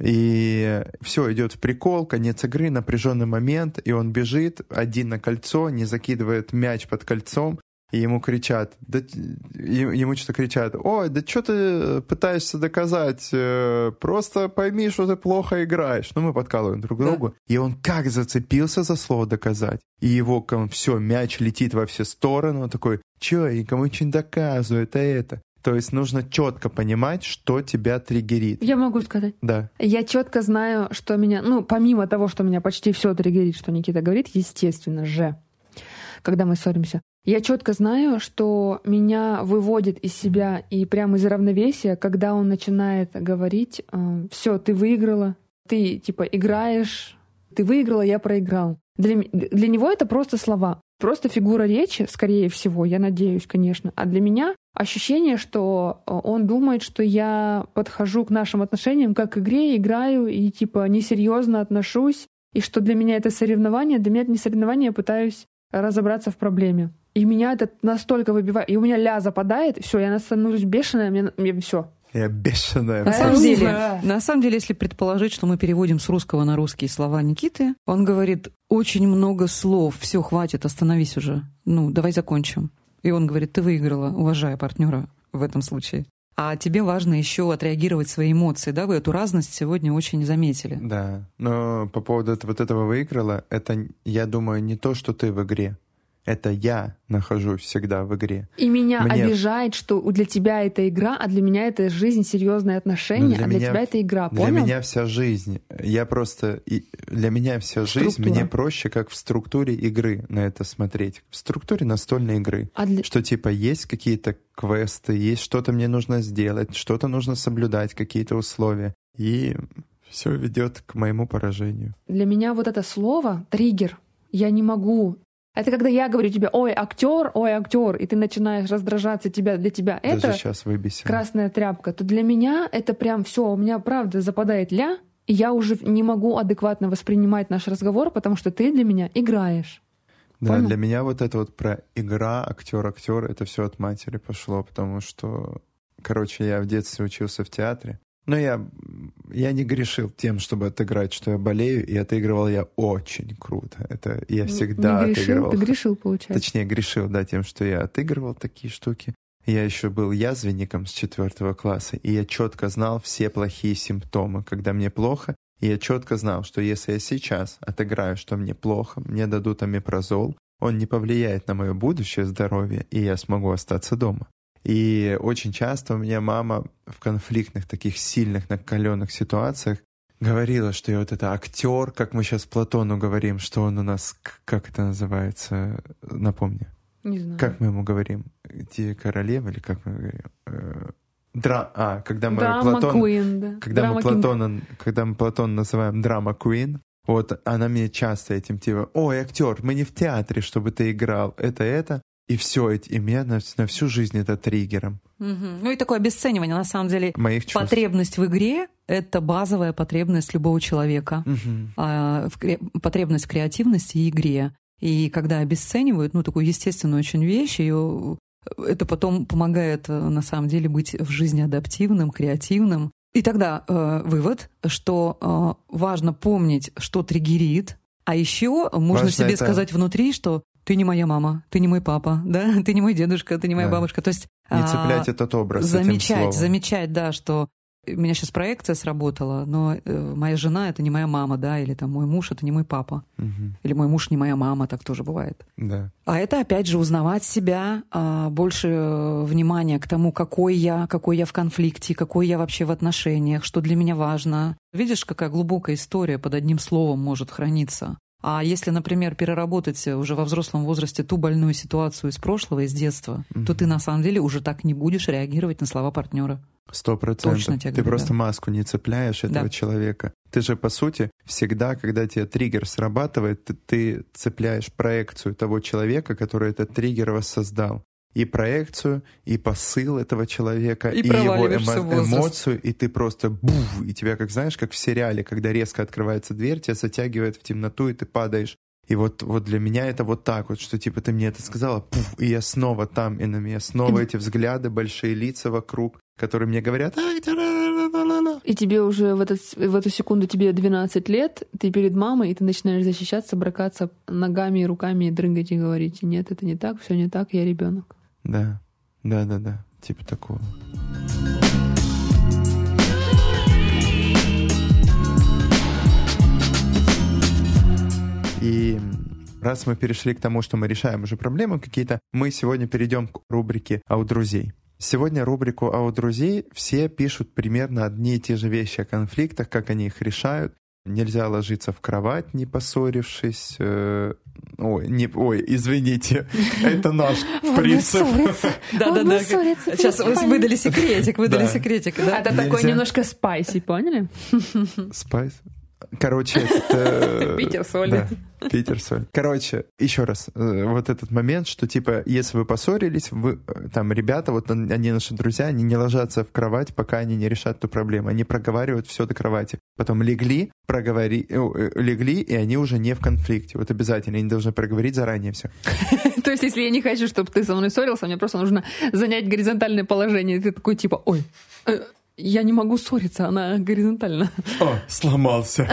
A: И все, идет в прикол, конец игры, напряженный момент, и он бежит один на кольцо, не закидывает мяч под кольцом, и ему кричат, да, ему что-то кричат, ой, да что ты пытаешься доказать, просто пойми, что ты плохо играешь. Ну, мы подкалываем друг другу. Да. И он как зацепился за слово «доказать». И его, все, мяч летит во все стороны, он такой, че, я никому ничего не доказываю, это это. То есть нужно четко понимать, что тебя триггерит.
B: Я могу сказать.
A: Да.
B: Я четко знаю, что меня, ну, помимо того, что меня почти все триггерит, что Никита говорит, естественно же, когда мы ссоримся, я четко знаю, что меня выводит из себя и прямо из равновесия, когда он начинает говорить, все, ты выиграла, ты типа играешь, ты выиграла, я проиграл. Для, для него это просто слова, просто фигура речи, скорее всего, я надеюсь, конечно. А для меня ощущение, что он думает, что я подхожу к нашим отношениям как к игре, играю и типа несерьезно отношусь, и что для меня это соревнование, для меня это не соревнование, я пытаюсь разобраться в проблеме. И меня это настолько выбивает, и у меня ля западает, все, я становлюсь бешеная, мне, мне все.
A: Я бешеная.
C: На самом, деле, на самом деле, если предположить, что мы переводим с русского на русские слова Никиты, он говорит, очень много слов, все, хватит, остановись уже, ну, давай закончим. И он говорит, ты выиграла, уважая партнера в этом случае. А тебе важно еще отреагировать свои эмоции, да? Вы эту разность сегодня очень заметили.
A: Да, но по поводу вот этого выиграла, это, я думаю, не то, что ты в игре. Это я нахожусь всегда в игре.
B: И меня Мне... обижает, что для тебя это игра, а для меня это жизнь, серьезные отношения, для а для меня... тебя это игра. Понял?
A: Для меня вся жизнь. Я просто... Для меня вся жизнь, Структура. Мне проще, как в структуре игры на это смотреть. В структуре настольной игры. А для... Что типа есть какие-то квесты, есть что-то мне нужно сделать, что-то нужно соблюдать, какие-то условия. И все ведет к моему поражению.
B: Для меня вот это слово триггер. Я не могу... Это когда я говорю тебе, ой, актер, ой, актер, и ты начинаешь раздражаться, тебя, для тебя
A: Даже
B: это
A: сейчас выбесим.
B: Красная тряпка, то для меня это прям все, у меня правда западает ля, и я уже не могу адекватно воспринимать наш разговор, потому что ты для меня играешь.
A: Да,
B: Понял?
A: Для меня вот это вот про игра, актер, актер, это все от матери пошло, потому что, короче, я в детстве учился в театре. Но я, я не грешил тем, чтобы отыграть, что я болею, и отыгрывал я очень круто. Это я всегда
B: не грешил,
A: отыгрывал.
B: Ты грешил, получается.
A: Точнее, грешил, да, тем, что я отыгрывал такие штуки. Я еще был язвенником с четвертого класса, и я четко знал все плохие симптомы, когда мне плохо. И я четко знал, что если я сейчас отыграю, что мне плохо, мне дадут омепразол, он не повлияет на мое будущее здоровье, и я смогу остаться дома. И очень часто у меня мама в конфликтных, таких сильных, накаленных ситуациях говорила, что я вот это актер, как мы сейчас Платону говорим, что он у нас, как это называется, напомни.
B: Не знаю.
A: Как мы ему говорим? Те королева или как мы говорим? Дра... А, когда мы
B: драма
A: Платон...
B: Queen, да.
A: Когда
B: драма
A: мы Платона, когда мы Платон называем драма Queen, вот она мне часто этим типа, ой, актер, мы не в театре, чтобы ты играл, это, это. И все, и меня на, на всю жизнь это триггером.
C: Угу. Ну и такое обесценивание, на самом деле.
A: Моих чувств.
C: Потребность в игре — это базовая потребность любого человека.
A: Угу.
C: А, в, потребность в креативности и игре. И когда обесценивают, ну, такую естественную очень вещь, ее, это потом помогает, на самом деле, быть в жизни адаптивным, креативным. И тогда э, вывод, что э, важно помнить, что триггерит, а еще можно
A: важно
C: себе
A: это...
C: сказать внутри, что ты не моя мама, ты не мой папа, да, ты не мой дедушка, ты не моя да. бабушка. То есть
A: не цеплять а, этот образ.
C: Замечать,
A: этим словом.
C: замечать, да, что у меня сейчас проекция сработала, но э, моя жена — это не моя мама, да, или там мой муж — это не мой папа,
A: угу.
C: или мой муж не моя мама, так тоже бывает.
A: Да.
C: А это, опять же, узнавать себя, э, больше внимания к тому, какой я, какой я в конфликте, какой я вообще в отношениях, что для меня важно. Видишь, какая глубокая история под одним словом может храниться. А если, например, переработать уже во взрослом возрасте ту больную ситуацию из прошлого, из детства, mm-hmm. то ты на самом деле уже так не будешь реагировать на слова партнера.
A: Сто процентов.
C: Точно тебе
A: Ты
C: говорю,
A: просто
C: да.
A: маску не цепляешь этого
C: да.
A: человека. Ты же, по сути, всегда, когда тебе триггер срабатывает, ты, ты цепляешь проекцию того человека, который этот триггер воссоздал. И проекцию, и посыл этого человека, и,
C: и
A: его эмо- эмоцию, и ты просто буф, и тебя, как знаешь, как в сериале, когда резко открывается дверь, тебя затягивает в темноту, и ты падаешь. И вот, вот для меня это вот так вот, что типа ты мне это сказала, пуф, и я снова там, и на меня снова эти взгляды, большие лица вокруг, которые мне говорят...
B: И тебе уже в, этот, в эту секунду тебе двенадцать лет, ты перед мамой, и ты начинаешь защищаться, бракаться ногами и руками, и дрыгать, и говорить: нет, это не так, все не так, я ребенок.
A: Да, да, да, да, типа такого. И раз мы перешли к тому, что мы решаем уже проблемы какие-то, мы сегодня перейдем к рубрике «А у друзей». Сегодня рубрику «А у друзей» все пишут примерно одни и те же вещи о конфликтах, как они их решают. Нельзя ложиться в кровать, не поссорившись. Э, ой, не, ой, извините, это наш принцип.
C: Да-да-да. Сейчас выдали секретик, выдали секретик.
B: Это такой немножко спайси, поняли?
A: Спайс? Короче, это...
B: Питер соль.
A: Да, Питер соль. Короче, еще раз, вот этот момент, что типа, если вы поссорились, вы, там, ребята, вот они наши друзья, они не ложатся в кровать, пока они не решат эту проблему. Они проговаривают все до кровати. Потом легли, проговори... легли, и они уже не в конфликте. Вот обязательно, они должны проговорить заранее все.
B: То есть, если я не хочу, чтобы ты со мной ссорился, мне просто нужно занять горизонтальное положение. Ты такой типа, ой... Я не могу ссориться, она горизонтально.
A: О, сломался.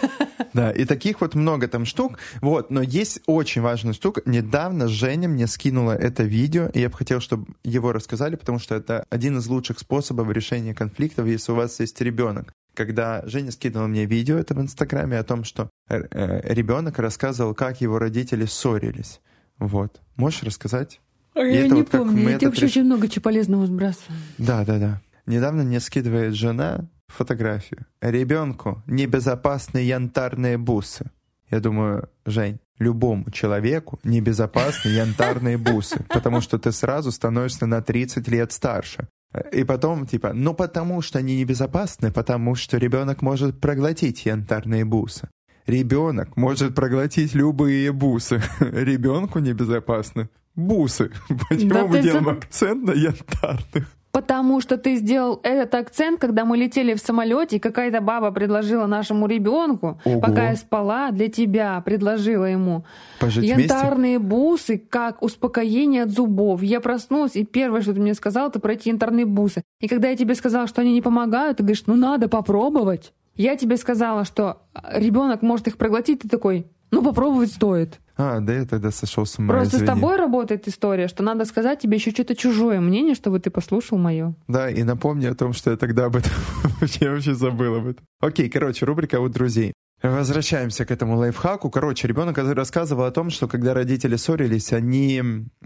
A: Да, и таких вот много там штук. Вот, но есть очень важная штука. Недавно Женя мне скинула это видео, и я бы хотел, чтобы его рассказали, потому что это один из лучших способов решения конфликтов, если у вас есть ребенок. Когда Женя скинула мне видео это в Инстаграме о том, что э, ребенок рассказывал, как его родители ссорились. Вот. Можешь рассказать?
B: А я не вот помню, я тебе вообще реш... очень много чего полезного сбрасываю.
A: Да, да, да. Недавно мне скидывает жена фотографию. Ребенку небезопасные янтарные бусы. Я думаю, Жень, любому человеку небезопасны янтарные бусы, потому что ты сразу становишься на тридцать лет старше. И потом, типа, ну потому что они небезопасны, потому что ребенок может проглотить янтарные бусы. Ребенок может проглотить любые бусы. Ребенку небезопасны бусы. Почему да мы делаем за... акцент на янтарных?
B: Потому что ты сделал этот акцент, когда мы летели в самолете, и какая-то баба предложила нашему ребенку, Ого. пока я спала, для тебя предложила ему Пожить янтарные вместе? бусы, как успокоение от зубов. Я проснулась, и первое, что ты мне сказала, это про эти янтарные бусы. И когда я тебе сказала, что они не помогают, ты говоришь, ну надо попробовать. Я тебе сказала, что ребенок может их проглотить, ты такой, ну попробовать стоит.
A: А, да я тогда сошел с ума.
B: Просто
A: извини.
B: с тобой работает история, что надо сказать тебе еще что-то чужое мнение, чтобы ты послушал мое.
A: Да, и напомни о том, что я тогда об этом я вообще забыл об этом. Окей, короче, рубрика «У друзей». Возвращаемся к этому лайфхаку. Короче, ребенок рассказывал о том, что когда родители ссорились, они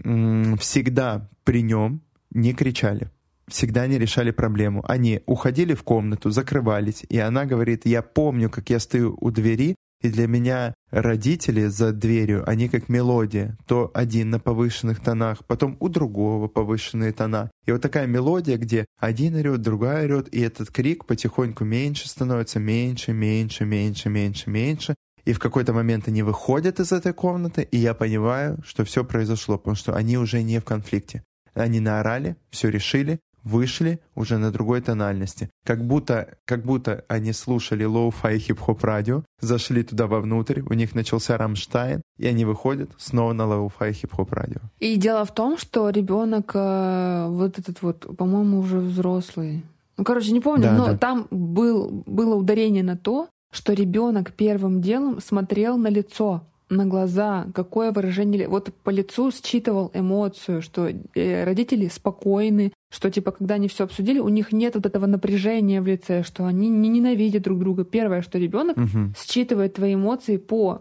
A: м- всегда при нем не кричали. Всегда не решали проблему. Они уходили в комнату, закрывались, и она говорит, я помню, как я стою у двери, и для меня родители за дверью, они как мелодия. То один на повышенных тонах, потом у другого повышенные тона. И вот такая мелодия, где один орет, другая орет, и этот крик потихоньку меньше становится, меньше, меньше, меньше, меньше, меньше. И в какой-то момент они выходят из этой комнаты, и я понимаю, что все произошло, потому что они уже не в конфликте. Они наорали, все решили, вышли уже на другой тональности. Как будто, как будто они слушали лоу-фай хип-хоп радио, зашли туда вовнутрь, у них начался Рамштайн, и они выходят снова на лоу-фай хип-хоп радио.
B: И дело в том, что ребенок э, вот этот вот, по-моему, уже взрослый. Ну, короче, не помню,
A: да,
B: но
A: да.
B: там был, было ударение на то, что ребенок первым делом смотрел на лицо, на глаза, какое выражение, вот по лицу считывал эмоцию, что э, родители спокойны, что типа когда они все обсудили, у них нет вот этого напряжения в лице, что они не ненавидят друг друга. Первое, что ребенок
A: Угу.
B: считывает твои эмоции по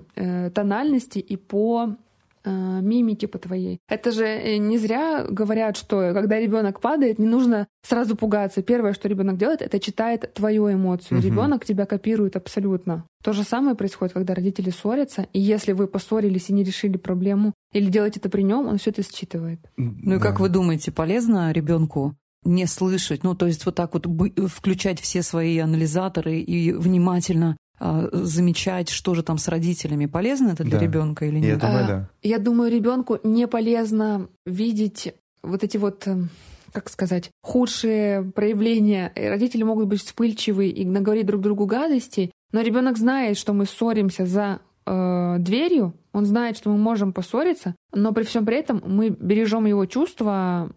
B: э, тональности и по э, мимике по твоей. Это же не зря говорят, что когда ребенок падает, не нужно сразу пугаться. Первое, что ребенок делает, это читает твою эмоцию.
A: Мгм.
B: Ребенок тебя копирует абсолютно. То же самое происходит, когда родители ссорятся, и если вы поссорились и не решили проблему, или делаете это при нем, он все это считывает.
C: Ну и как вы думаете, полезно ребенку не слышать, ну то есть вот так вот бы- включать все свои анализаторы и внимательно а, замечать, что же там с родителями? Полезно это для
A: Да.
C: ребенка или
A: Я
C: нет?
A: думаю,
B: А,
A: да.
B: Я думаю, ребенку не полезно видеть вот эти вот, э, как сказать, худшие проявления. И родители могут быть вспыльчивы и наговорить друг другу гадостей, но ребенок знает, что мы ссоримся за э, дверью, он знает, что мы можем поссориться, но при всем при этом мы бережем его чувства.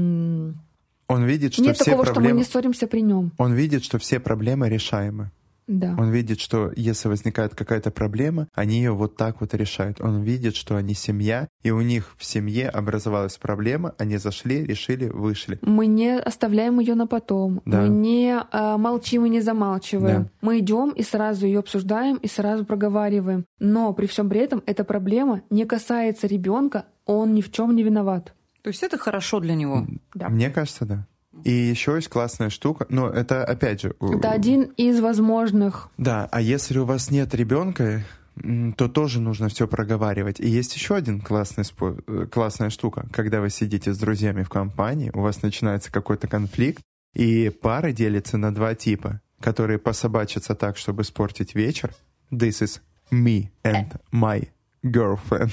B: м,
A: Он видит, что
B: Нет
A: все
B: такого, что мы
A: проблемы...
B: не ссоримся при нем.
A: Он видит, что все проблемы решаемы.
B: Да.
A: Он видит, что если возникает какая-то проблема, они ее вот так вот решают. Он видит, что они семья, и у них в семье образовалась проблема, они зашли, решили, вышли.
B: Мы не оставляем ее на потом.
A: Да.
B: Мы не э, молчим и не замалчиваем.
A: Да.
B: Мы идем и сразу ее обсуждаем и сразу проговариваем. Но при всем при этом эта проблема не касается ребенка, он ни в чем не виноват.
C: То есть это хорошо для него?
B: Да.
A: Мне кажется, да. И еще есть классная штука, но это опять же... у-
B: Это один из возможных.
A: Да, а если у вас нет ребенка, м, то тоже нужно все проговаривать. И есть еще один классный спо- э, классная штука. Когда вы сидите с друзьями в компании, у вас начинается какой-то конфликт, и пары делятся на два типа, которые пособачатся так, чтобы испортить вечер. This is me and my girlfriend.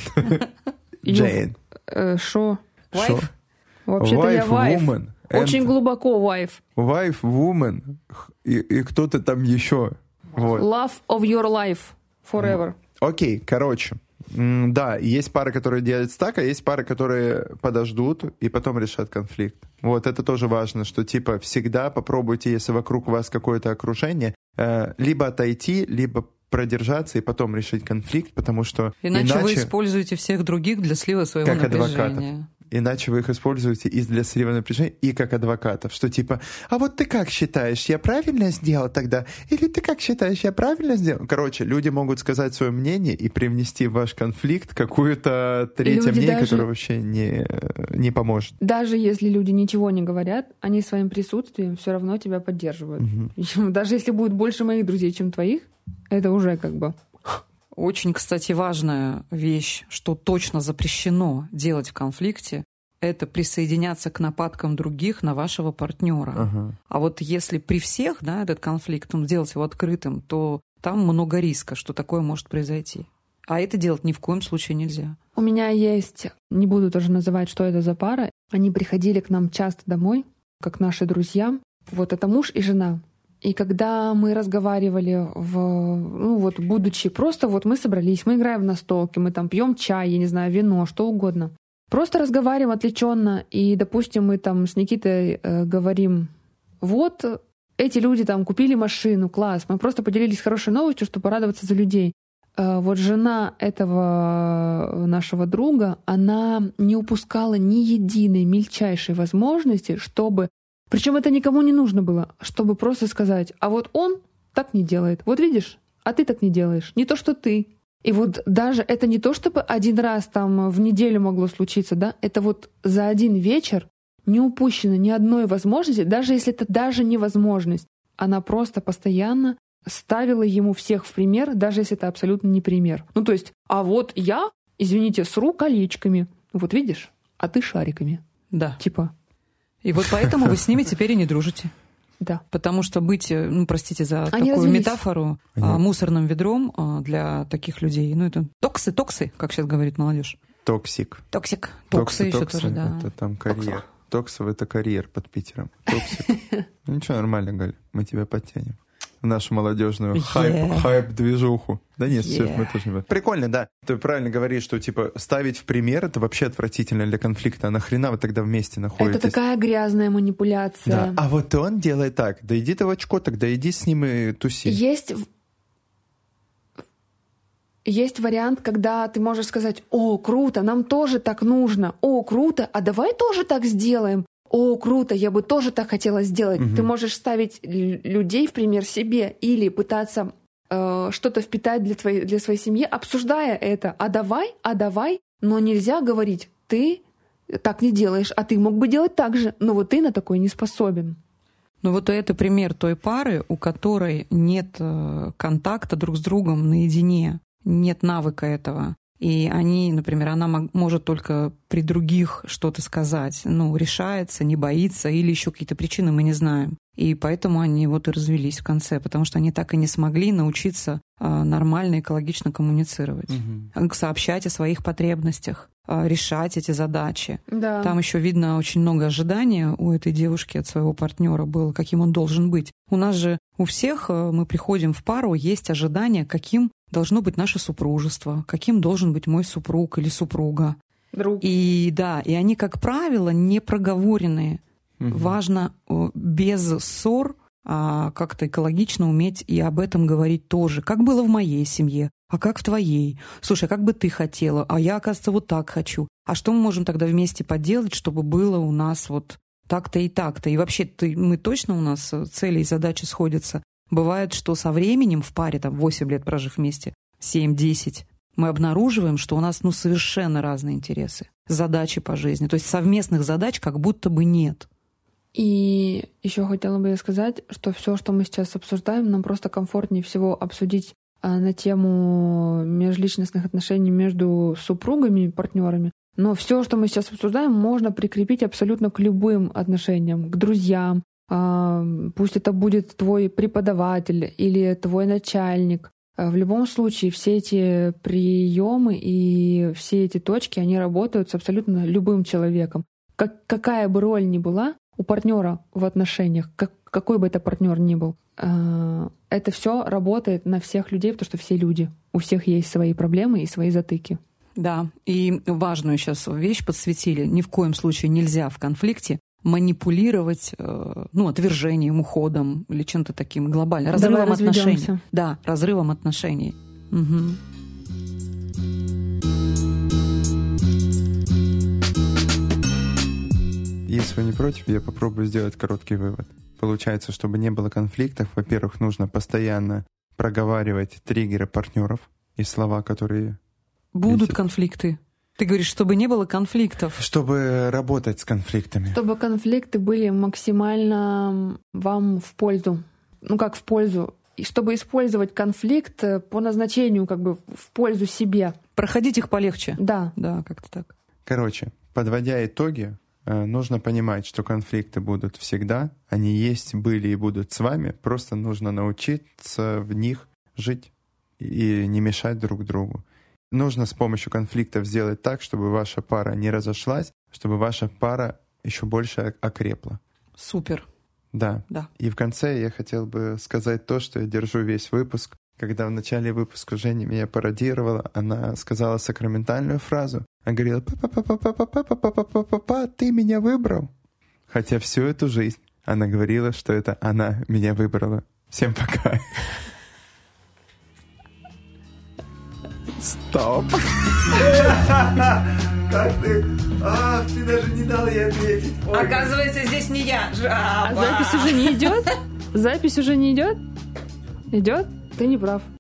A: Jane.
B: Э, Шо?
A: Шо?
B: Вообще-то я
A: Wife,
B: вайф.
A: woman.
B: Очень
A: and
B: глубоко вайф.
A: Wife, woman. И, и кто-то там еще. Вот.
B: Love of your life. Forever.
A: Окей, короче. М, Да, есть пары, которые делают так, а есть пары, которые подождут и потом решат конфликт. Вот это тоже важно, что типа всегда попробуйте, если вокруг вас какое-то окружение, э, либо отойти, либо продержаться и потом решить конфликт, потому что
C: Иначе,
A: иначе,
C: вы используете всех других для слива своего
A: Как адвокатов.
C: напряжения.
A: иначе вы их используете и для слива напряжения, и как адвокатов, что типа, а вот ты как считаешь, я правильно сделал тогда? Или ты как считаешь, я правильно сделал? Короче, люди могут сказать свое мнение и привнести в ваш конфликт какую-то третье
B: Люди
A: мнение,
B: даже-
A: которое вообще не, не поможет.
B: Даже если люди ничего не говорят, они своим присутствием все равно тебя поддерживают.
A: Мгм.
B: Даже если будет больше моих друзей, чем твоих, это уже как бы...
C: Очень, кстати, важная вещь, что точно запрещено делать в конфликте, это присоединяться к нападкам других на вашего партнера.
A: Ага.
C: А вот если при всех, да, этот конфликт, ну, сделать его открытым, то там много риска, что такое может произойти. А это делать ни в коем случае нельзя.
B: У меня есть, не буду тоже называть, что это за пара, они приходили к нам часто домой, как наши друзья. Вот это муж и жена. И когда мы разговаривали, в, ну вот будучи просто, вот мы собрались, мы играем в настолки, мы там пьем чай, я не знаю, вино, что угодно. Просто разговариваем отвлеченно, и, допустим, мы там с Никитой э, говорим, вот эти люди там купили машину, класс, мы просто поделились хорошей новостью, чтобы порадоваться за людей. Э, вот жена этого нашего друга, она не упускала ни единой мельчайшей возможности, чтобы... Причем это никому не нужно было, чтобы просто сказать, а вот он так не делает. Вот видишь, а ты так не делаешь. Не то, что ты. И вот даже это не то, чтобы один раз там в неделю могло случиться, да, это вот за один вечер не упущено ни одной возможности, даже если это даже невозможность. Она просто постоянно ставила ему всех в пример, даже если это абсолютно не пример. Ну то есть, а вот я, извините, сру колечками. Вот видишь, а ты шариками.
C: Да.
B: Типа...
C: И вот поэтому вы с ними теперь и не дружите.
B: Да.
C: Потому что быть, ну, простите за
B: Они
C: такую
B: развелись.
C: метафору,
A: Они-
C: мусорным ведром для таких людей, ну, это токсы, токсы, как сейчас говорит молодежь.
A: Токсик.
C: Токсик. Токсы еще
A: токсы,
C: тоже, да.
A: это там карьер. Токсов — это карьер под Питером. Токсик. Ну ничего, нормально, Галь, мы тебя подтянем. В нашу молодежную хайп,
C: Yeah.
A: хайп-движуху. Да нет, сейчас
C: Yeah.
A: мы тоже не... Прикольно, да. Ты правильно говоришь, что, типа, ставить в пример — это вообще отвратительно для конфликта. А нахрена вы тогда вместе находитесь?
B: Это такая грязная манипуляция.
A: Да. А вот он делает так. Да иди ты в очко, тогда иди с ним и туси.
B: Есть, в- есть вариант, когда ты можешь сказать: «О, круто, нам тоже так нужно. О, круто, а давай тоже так сделаем. О, круто, я бы тоже так хотела сделать».
A: Мгм.
B: Ты можешь ставить л- людей в пример себе или пытаться э, что-то впитать для, твоей, для своей семьи, обсуждая это. А давай, а давай. Но нельзя говорить: ты так не делаешь, а ты мог бы делать так же. Но вот ты на такое не способен.
C: Ну вот это пример той пары, у которой нет э, контакта друг с другом наедине, нет навыка этого. И они, например, она мог- может только при других что-то сказать, ну, решается, не боится, или еще какие-то причины мы не знаем. И поэтому они вот и развелись в конце, потому что они так и не смогли научиться а, нормально, экологично коммуницировать,
A: Мгм.
C: а, сообщать о своих потребностях, а, решать эти задачи.
B: Да.
C: Там еще видно очень много ожидания у этой девушки от своего партнера было, каким он должен быть. У нас же у всех, э, мы приходим в пару, есть ожидание, каким должно быть наше супружество, каким должен быть мой супруг или супруга.
B: Друг.
C: И да, и они, как правило, не проговоренные.
A: Мгм.
C: Важно э, без ссор а, как-то экологично уметь и об этом говорить тоже. Как было в моей семье, а как в твоей? Слушай, а как бы ты хотела? А я, оказывается, вот так хочу. А что мы можем тогда вместе поделать, чтобы было у нас вот так-то и так-то? И вообще, ты, мы точно у нас цели и задачи сходятся? Бывает, что со временем в паре, там, восемь лет прожив вместе, семь-десять, мы обнаруживаем, что у нас, ну, совершенно разные интересы, задачи по жизни. То есть совместных задач как будто бы нет.
B: И еще хотела бы я сказать, что все, что мы сейчас обсуждаем, нам просто комфортнее всего обсудить а, на тему межличностных отношений между супругами, партнерами. Но все, что мы сейчас обсуждаем, можно прикрепить абсолютно к любым отношениям, к друзьям. А, пусть это будет твой преподаватель или твой начальник. А, в любом случае, все эти приемы и все эти точки, они работают с абсолютно любым человеком. Как, какая бы роль ни была у партнера в отношениях, как, какой бы это партнер ни был, э, это все работает на всех людей, потому что все люди. У всех есть свои проблемы и свои затыки.
C: Да, и важную сейчас вещь подсветили. Ни в коем случае нельзя в конфликте манипулировать, э, ну, отвержением, уходом или чем-то таким глобальным. Разрывом
B: Давай
C: отношений.
B: разведёмся.
C: Да, разрывом отношений. Мгм.
A: Если вы не против, я попробую сделать короткий вывод. Получается, чтобы не было конфликтов, во-первых, нужно постоянно проговаривать триггеры партнеров и слова, которые...
C: Будут
A: Видите?
C: конфликты. Ты говоришь, чтобы не было конфликтов.
A: Чтобы работать с конфликтами.
B: Чтобы конфликты были максимально вам в пользу. Ну как в пользу? И чтобы использовать конфликт по назначению, как бы в пользу себе.
C: Проходить их полегче.
B: Да.
C: Да, как-то так.
A: Короче, подводя итоги, э, нужно понимать, что конфликты будут всегда, они есть, были и будут с вами, просто нужно научиться в них жить и не мешать друг другу. Нужно с помощью конфликтов сделать так, чтобы ваша пара не разошлась, чтобы ваша пара еще больше окрепла.
C: Супер.
A: Да.
C: Да.
A: И в конце я хотел бы сказать то, что я держу весь выпуск. Когда в начале выпуска Женя меня пародировала, она сказала сакраментальную фразу. Она говорила: «Папа-папа-папа-папа-папа, ты меня выбрал». Хотя всю эту жизнь она говорила, что это она меня выбрала. Всем пока. Стоп. Как ты? А, ты даже не дал ей ответить.
C: Оказывается, здесь не я.
B: А запись уже не идет? Запись уже не идет? Идет? Ты не прав.